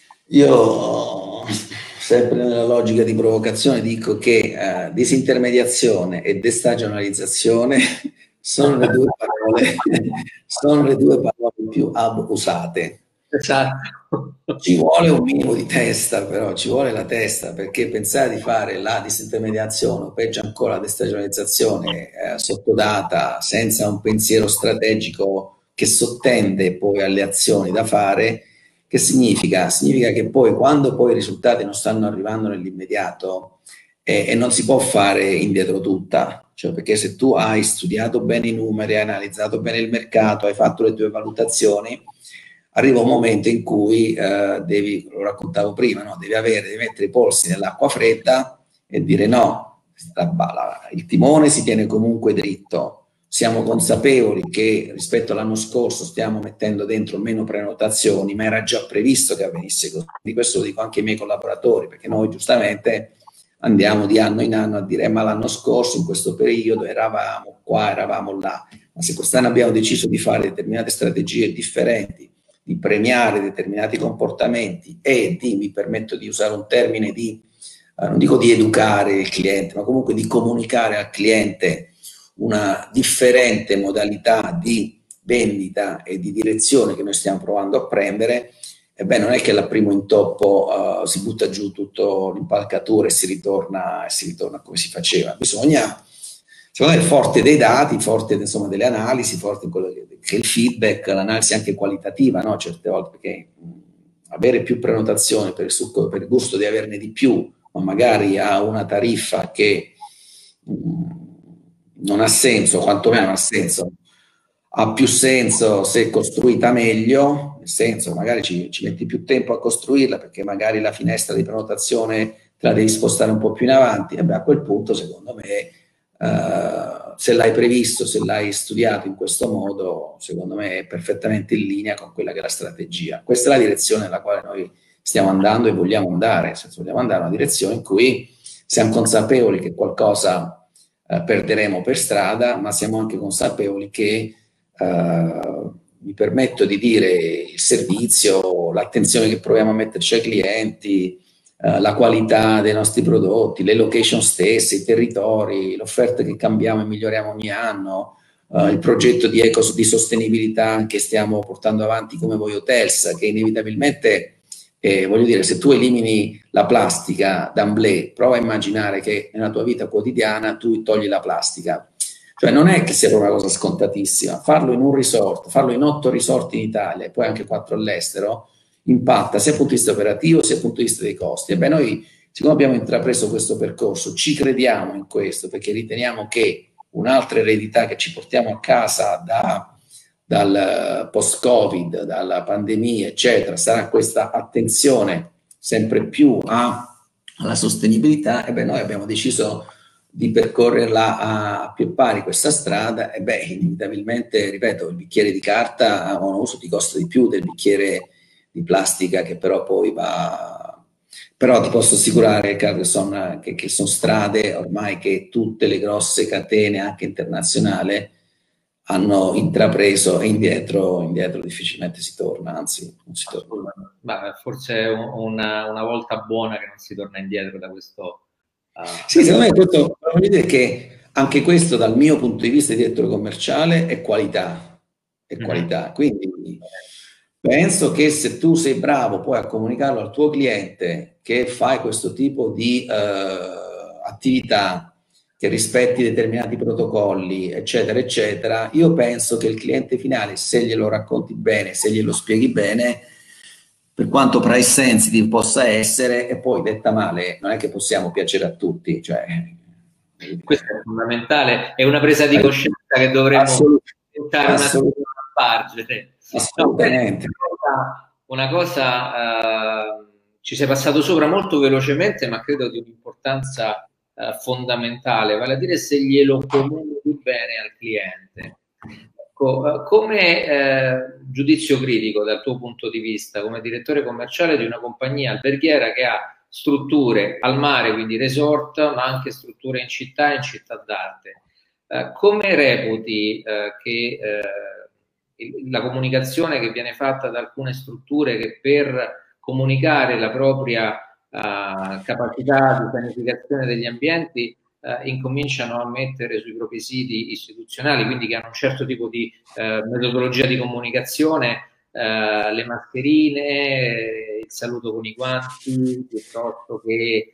io, sempre nella logica di provocazione, dico che uh, disintermediazione e destagionalizzazione sono le due parole, sono le due parole più abusate. Esatto. Ci vuole un minimo di testa, però ci vuole la testa, perché pensare di fare la disintermediazione o peggio ancora la destagionalizzazione eh, sottodata, senza un pensiero strategico che sottende poi alle azioni da fare, che significa? Significa che poi quando poi i risultati non stanno arrivando nell'immediato eh, e non si può fare indietro tutta, cioè perché se tu hai studiato bene i numeri, hai analizzato bene il mercato, hai fatto le tue valutazioni, arriva un momento in cui eh, devi, lo raccontavo prima, no? devi avere, devi mettere i polsi nell'acqua fredda e dire no, la, la, il timone si tiene comunque dritto. Siamo consapevoli che rispetto all'anno scorso stiamo mettendo dentro meno prenotazioni, ma era già previsto che avvenisse così. Di questo lo dico anche ai miei collaboratori, perché noi giustamente andiamo di anno in anno a dire ma l'anno scorso in questo periodo eravamo qua, eravamo là, ma se quest'anno abbiamo deciso di fare determinate strategie differenti, di premiare determinati comportamenti e di, mi permetto di usare un termine, di, eh, non dico di educare il cliente, ma comunque di comunicare al cliente una differente modalità di vendita e di direzione che noi stiamo provando a prendere, e beh, non è che al primo intoppo uh, si butta giù tutto l'impalcatura e si ritorna e si ritorna come si faceva. Bisogna, secondo me, forte dei dati, forte insomma delle analisi, forte in quello che, che il feedback, l'analisi anche qualitativa, no? Certe volte, perché mh, avere più prenotazioni per il, succo, per il gusto di averne di più, ma magari a una tariffa che mh, non ha senso, quantomeno non ha senso, ha più senso se costruita meglio, nel senso magari ci, ci metti più tempo a costruirla perché magari la finestra di prenotazione te la devi spostare un po' più in avanti, e beh, a quel punto secondo me uh, se l'hai previsto, se l'hai studiato in questo modo, secondo me è perfettamente in linea con quella che è la strategia. Questa è la direzione nella quale noi stiamo andando e vogliamo andare, nel senso vogliamo andare in una direzione in cui siamo consapevoli che qualcosa Uh, perderemo per strada, ma siamo anche consapevoli che, uh, mi permetto di dire, il servizio, l'attenzione che proviamo a metterci ai clienti, uh, la qualità dei nostri prodotti, le location stesse, i territori, l'offerta che cambiamo e miglioriamo ogni anno, uh, il progetto di eco di sostenibilità che stiamo portando avanti come Voi Hotels, che inevitabilmente, eh, voglio dire, se tu elimini la plastica d'emblée, prova a immaginare che nella tua vita quotidiana tu togli la plastica. Cioè non è che sia proprio una cosa scontatissima, farlo in un resort, farlo in otto resort in Italia e poi anche quattro all'estero, impatta sia dal punto di vista operativo sia dal punto di vista dei costi. Ebbene noi, siccome abbiamo intrapreso questo percorso, ci crediamo in questo perché riteniamo che un'altra eredità che ci portiamo a casa da, dal post-Covid, dalla pandemia, eccetera, sarà questa attenzione sempre più a, alla sostenibilità. Ebbene noi abbiamo deciso di percorrerla a più pari questa strada, e beh, inevitabilmente, ripeto, il bicchiere di carta ha un uso, ti costa di più del bicchiere di plastica, che però poi va... Però ti posso assicurare, Carlson, che, che sono strade ormai che tutte le grosse catene, anche internazionali, hanno intrapreso, e indietro, indietro difficilmente si torna, anzi non si torna. Beh, forse è una, una volta buona che non si torna indietro da questo... Uh, sì, secondo me questo, voglio dire che anche questo dal mio punto di vista di direttore commerciale è qualità, è mm-hmm. qualità. Quindi penso che se tu sei bravo poi a comunicarlo al tuo cliente che fai questo tipo di uh, attività, che rispetti determinati protocolli, eccetera, eccetera, io penso che il cliente finale, se glielo racconti bene, se glielo spieghi bene, per quanto price sensitive possa essere, e poi detta male, non è che possiamo piacere a tutti. Cioè, questo è fondamentale, è una presa di coscienza che dovremmo tentare assolut- a spargere. Assolutamente. No, una cosa, uh, ci sei passato sopra molto velocemente, ma credo di un'importanza uh, fondamentale, vale a dire se glielo comunichi bene al cliente. Come eh, giudizio critico dal tuo punto di vista come direttore commerciale di una compagnia alberghiera che ha strutture al mare, quindi resort, ma anche strutture in città e in città d'arte, eh, come reputi eh, che eh, la comunicazione che viene fatta da alcune strutture che per comunicare la propria eh, capacità di pianificazione degli ambienti Uh, incominciano a mettere sui propri siti istituzionali, quindi che hanno un certo tipo di uh, metodologia di comunicazione, uh, le mascherine, il saluto con i guanti, piuttosto che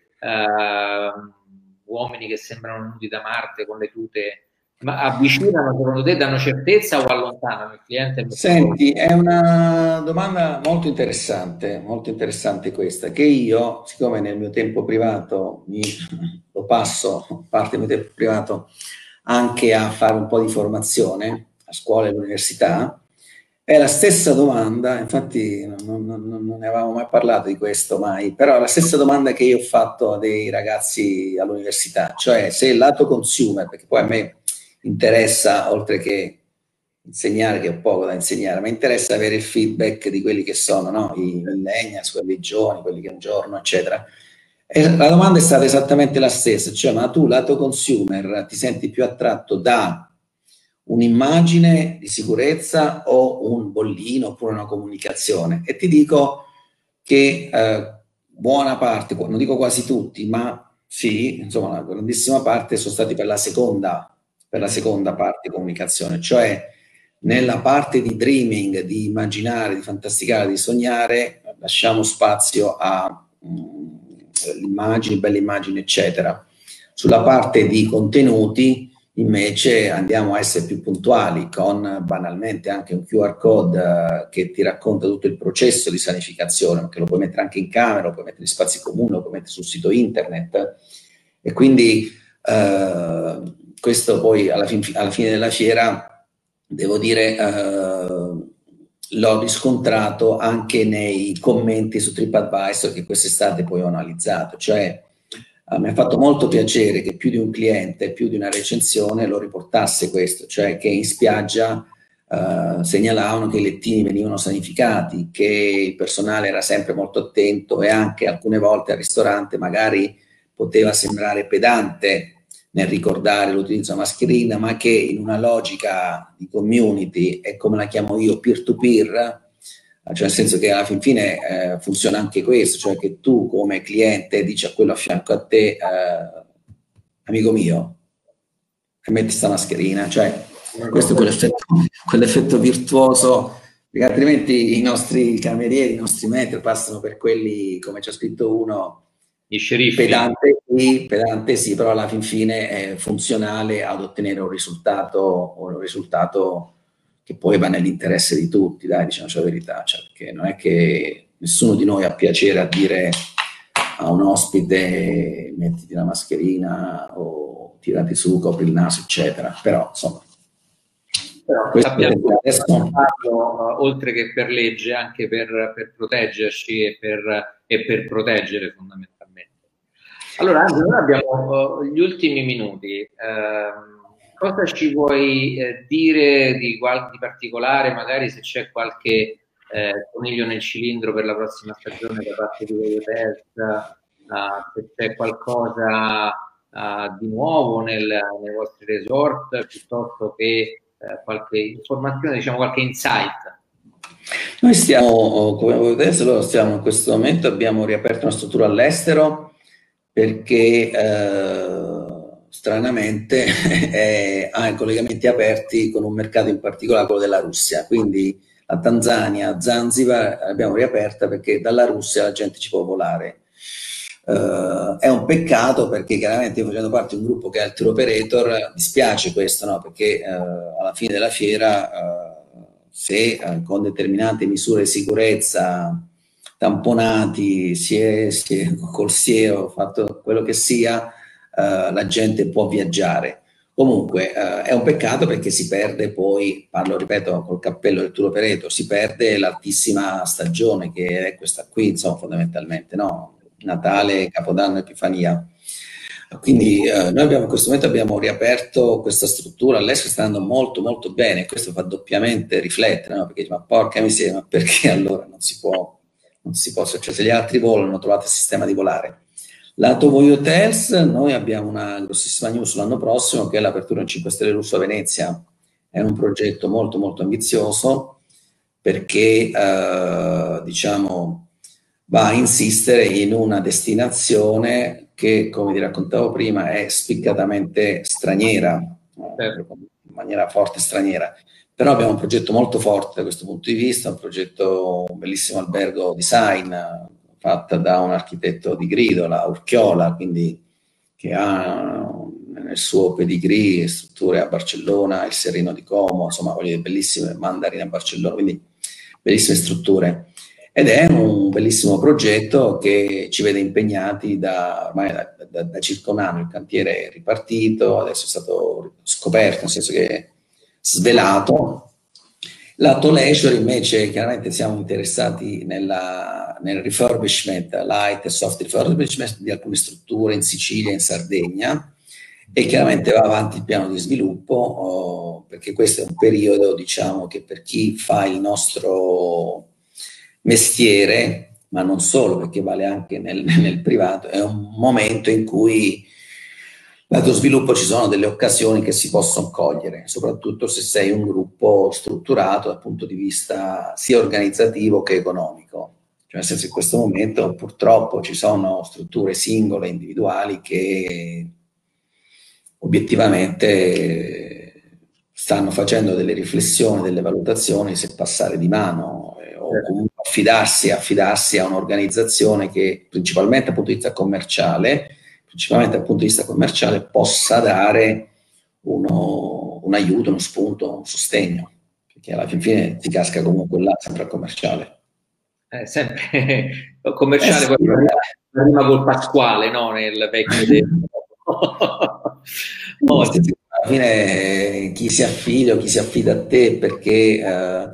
uh, uomini che sembrano venuti da Marte con le tute. Ma avvicinano, secondo te, danno certezza o allontanano il cliente? Senti, è una domanda molto interessante, molto interessante questa, che io, siccome nel mio tempo privato mi, lo passo, parte del mio tempo privato, anche a fare un po' di formazione a scuola e all'università, è la stessa domanda, infatti non, non, non ne avevamo mai parlato di questo mai, però è la stessa domanda che io ho fatto a dei ragazzi all'università, cioè se il lato consumer, perché poi a me interessa, oltre che insegnare, che ho poco da insegnare, ma interessa avere il feedback di quelli che sono, no? I millennials, quelli giovani, quelli che un giorno, eccetera. E la domanda è stata esattamente la stessa, cioè ma tu lato consumer ti senti più attratto da un'immagine di sicurezza o un bollino oppure una comunicazione? E ti dico che eh, buona parte, non dico quasi tutti, ma sì, insomma una grandissima parte sono stati per la seconda per la seconda parte di comunicazione, cioè nella parte di dreaming, di immaginare, di fantasticare, di sognare, lasciamo spazio a um, immagini, belle immagini, eccetera. Sulla parte di contenuti, invece, andiamo a essere più puntuali con banalmente anche un Q R code uh, che ti racconta tutto il processo di sanificazione, che lo puoi mettere anche in camera, lo puoi mettere in spazi comuni, lo puoi mettere sul sito internet, e quindi uh, questo poi alla, fin alla fine della fiera, devo dire, uh, l'ho riscontrato anche nei commenti su TripAdvisor che quest'estate poi ho analizzato, cioè uh, mi ha fatto molto piacere che più di un cliente, più di una recensione lo riportasse questo, cioè che in spiaggia uh, segnalavano che i lettini venivano sanificati, che il personale era sempre molto attento e anche alcune volte al ristorante magari poteva sembrare pedante nel ricordare l'utilizzo della mascherina, ma che in una logica di community, e come la chiamo io, peer-to-peer, cioè nel senso che alla fin fine eh, funziona anche questo, cioè che tu come cliente dici a quello a fianco a te, eh, amico mio, e metti sta mascherina, cioè questo è quell'effetto, quell'effetto virtuoso, perché altrimenti i nostri camerieri, i nostri metri passano per quelli, come c'è scritto uno, i sceriffi. Pedante sì, pedante sì, però alla fin fine è funzionale ad ottenere un risultato, un risultato che poi va nell'interesse di tutti, dai, diciamoci la verità, cioè, perché non è che nessuno di noi ha piacere a dire a un ospite mettiti la mascherina o tirati su, copri il naso, eccetera, però insomma. Però abbiamo adesso... fatto, oltre che per legge, anche per, per proteggerci e per, e per proteggere fondamentalmente. Allora, allora abbiamo uh, gli ultimi minuti. Uh, cosa ci vuoi eh, dire di, di particolare, magari se c'è qualche eh, coniglio nel cilindro per la prossima stagione da parte di VoyoTels, uh, se c'è qualcosa uh, di nuovo nel, nei vostri resort, piuttosto che uh, qualche informazione, diciamo qualche insight? Noi stiamo, come VoyoTels, allora stiamo in questo momento, abbiamo riaperto una struttura all'estero, perché eh, stranamente è, ha i collegamenti aperti con un mercato in particolare, quello della Russia, quindi la Tanzania, Zanzibar l'abbiamo riaperta perché dalla Russia la gente ci può volare. Uh, è un peccato perché chiaramente io facendo parte di un gruppo che è il tour operator, mi spiace questo, no? Perché uh, alla fine della fiera uh, se uh, con determinate misure di sicurezza, tamponati, si è, si è col siero, fatto quello che sia, uh, la gente può viaggiare. Comunque uh, è un peccato perché si perde poi, parlo ripeto col cappello del tour operator, si perde l'altissima stagione che è questa qui, insomma fondamentalmente, no? Natale, Capodanno, Epifania. Quindi eh, noi abbiamo in questo momento abbiamo riaperto questa struttura all'estero, sta andando molto molto bene e questo fa doppiamente riflettere, no? Perché ma porca miseria, ma perché allora non si può, non si può, cioè se gli altri volano trovate il sistema di volare. Lato VoyoTels noi abbiamo una grossissima news l'anno prossimo che è l'apertura in cinque Stelle Lusso a Venezia, è un progetto molto molto ambizioso perché eh, diciamo va a insistere in una destinazione che, come ti raccontavo prima, è spiccatamente straniera, certo, in maniera forte straniera. Però abbiamo un progetto molto forte da questo punto di vista, un progetto, un bellissimo albergo design fatto da un architetto di grido, la Urchiola, quindi che ha nel suo pedigree strutture a Barcellona, il Serrino di Como, insomma, voglio dire, bellissime mandarine a Barcellona, quindi bellissime strutture. Ed è un bellissimo progetto che ci vede impegnati da, ormai da, da, da circa un anno. Il cantiere è ripartito, adesso è stato scoperto, nel senso che è svelato. Lato leisure invece chiaramente siamo interessati nella, nel refurbishment, light e soft refurbishment di alcune strutture in Sicilia e in Sardegna e chiaramente va avanti il piano di sviluppo oh, perché questo è un periodo, diciamo, che per chi fa il nostro mestiere, ma non solo, perché vale anche nel, nel privato, è un momento in cui lato sviluppo ci sono delle occasioni che si possono cogliere, soprattutto se sei un gruppo strutturato dal punto di vista sia organizzativo che economico. Cioè, nel senso che in questo momento purtroppo ci sono strutture singole, individuali, che obiettivamente stanno facendo delle riflessioni, delle valutazioni se passare di mano eh, o comunque affidarsi, affidarsi a un'organizzazione che principalmente dal punto di vista commerciale principalmente dal punto di vista commerciale, possa dare uno, un aiuto, uno spunto, un sostegno, perché alla fine ti casca comunque là, sempre al commerciale. Eh, sempre commerciale, eh sì, poi prima col Pasquale, no? Nel vecchio tempo. Oh, alla fine chi si affida o chi si affida a te perché eh,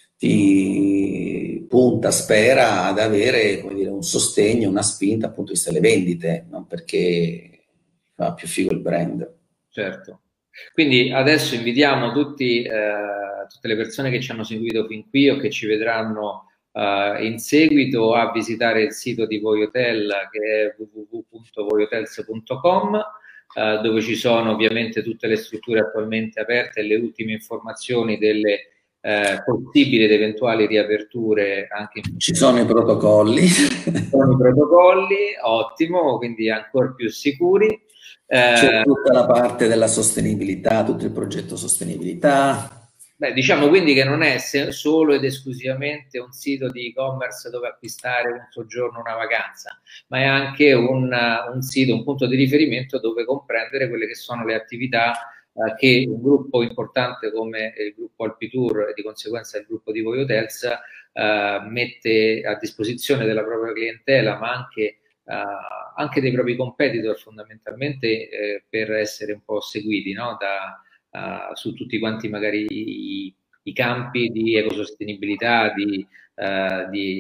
ti punta, spera ad avere, come dire, un sostegno, una spinta dal punto di vista delle vendite, non perché fa più figo il brand. Certo. Quindi adesso invitiamo tutti, eh, tutte le persone che ci hanno seguito fin qui o che ci vedranno eh, in seguito a visitare il sito di Voyotel che è w w w punto voyotels punto com eh, dove ci sono ovviamente tutte le strutture attualmente aperte e le ultime informazioni delle eh, possibili ed eventuali riaperture anche in Ci sono i protocolli. Ci sono i protocolli, ottimo, quindi ancora più sicuri. Eh, C'è tutta la parte della sostenibilità, tutto il progetto sostenibilità. Beh, diciamo quindi che non è solo ed esclusivamente un sito di e-commerce dove acquistare un soggiorno, una vacanza, ma è anche un, un sito, un punto di riferimento dove comprendere quelle che sono le attività eh, che un gruppo importante come il gruppo Alpitour e di conseguenza il gruppo di Voi Hotels eh, mette a disposizione della propria clientela, ma anche, eh, anche dei propri competitor fondamentalmente eh, per essere un po' seguiti, no? da Uh, su tutti quanti magari i, i campi di ecosostenibilità, di, uh, di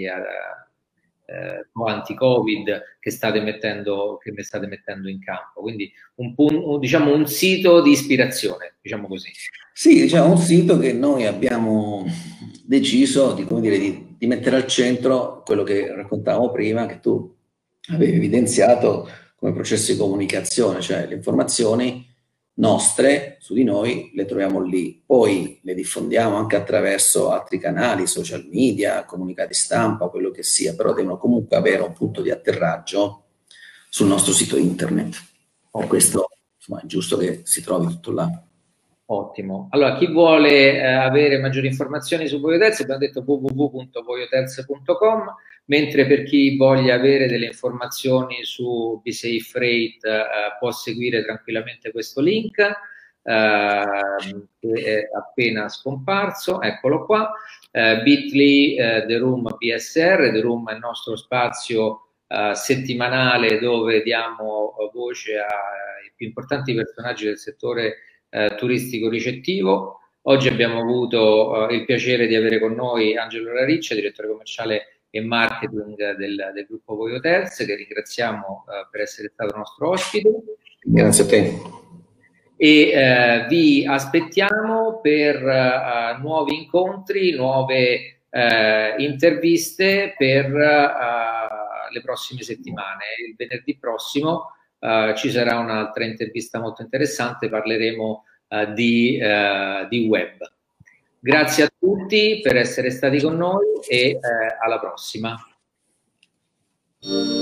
uh, uh, anti-Covid che state mettendo, che ne state mettendo in campo. Quindi un, un, diciamo un sito di ispirazione, diciamo così. Sì, diciamo un sito che noi abbiamo deciso di, come dire, di, di mettere al centro quello che raccontavamo prima, che tu avevi evidenziato come processo di comunicazione, cioè le informazioni nostre su di noi le troviamo lì, poi le diffondiamo anche attraverso altri canali, social media, comunicati stampa, quello che sia, però devono comunque avere un punto di atterraggio sul nostro sito internet. Per questo insomma, è giusto che si trovi tutto là. Ottimo. Allora, chi vuole eh, avere maggiori informazioni su Voi Hotels, abbiamo detto w w w punto voi hotels punto com, mentre per chi voglia avere delle informazioni su BeSafe Freight eh, può seguire tranquillamente questo link eh, che è appena scomparso, eccolo qua, eh, bit.ly eh, The Room B S R, The Room è il nostro spazio eh, settimanale dove diamo voce ai più importanti personaggi del settore Eh, turistico ricettivo. Oggi abbiamo avuto eh, il piacere di avere con noi Angelo Rariccia, direttore commerciale e marketing del, del gruppo Voi Hotels, che ringraziamo eh, per essere stato nostro ospite. Grazie a te. E eh, vi aspettiamo per uh, nuovi incontri, nuove uh, interviste per uh, le prossime settimane. Il venerdì prossimo Uh, ci sarà un'altra intervista molto interessante, parleremo uh, di, uh, di web. Grazie a tutti per essere stati con noi e uh, alla prossima.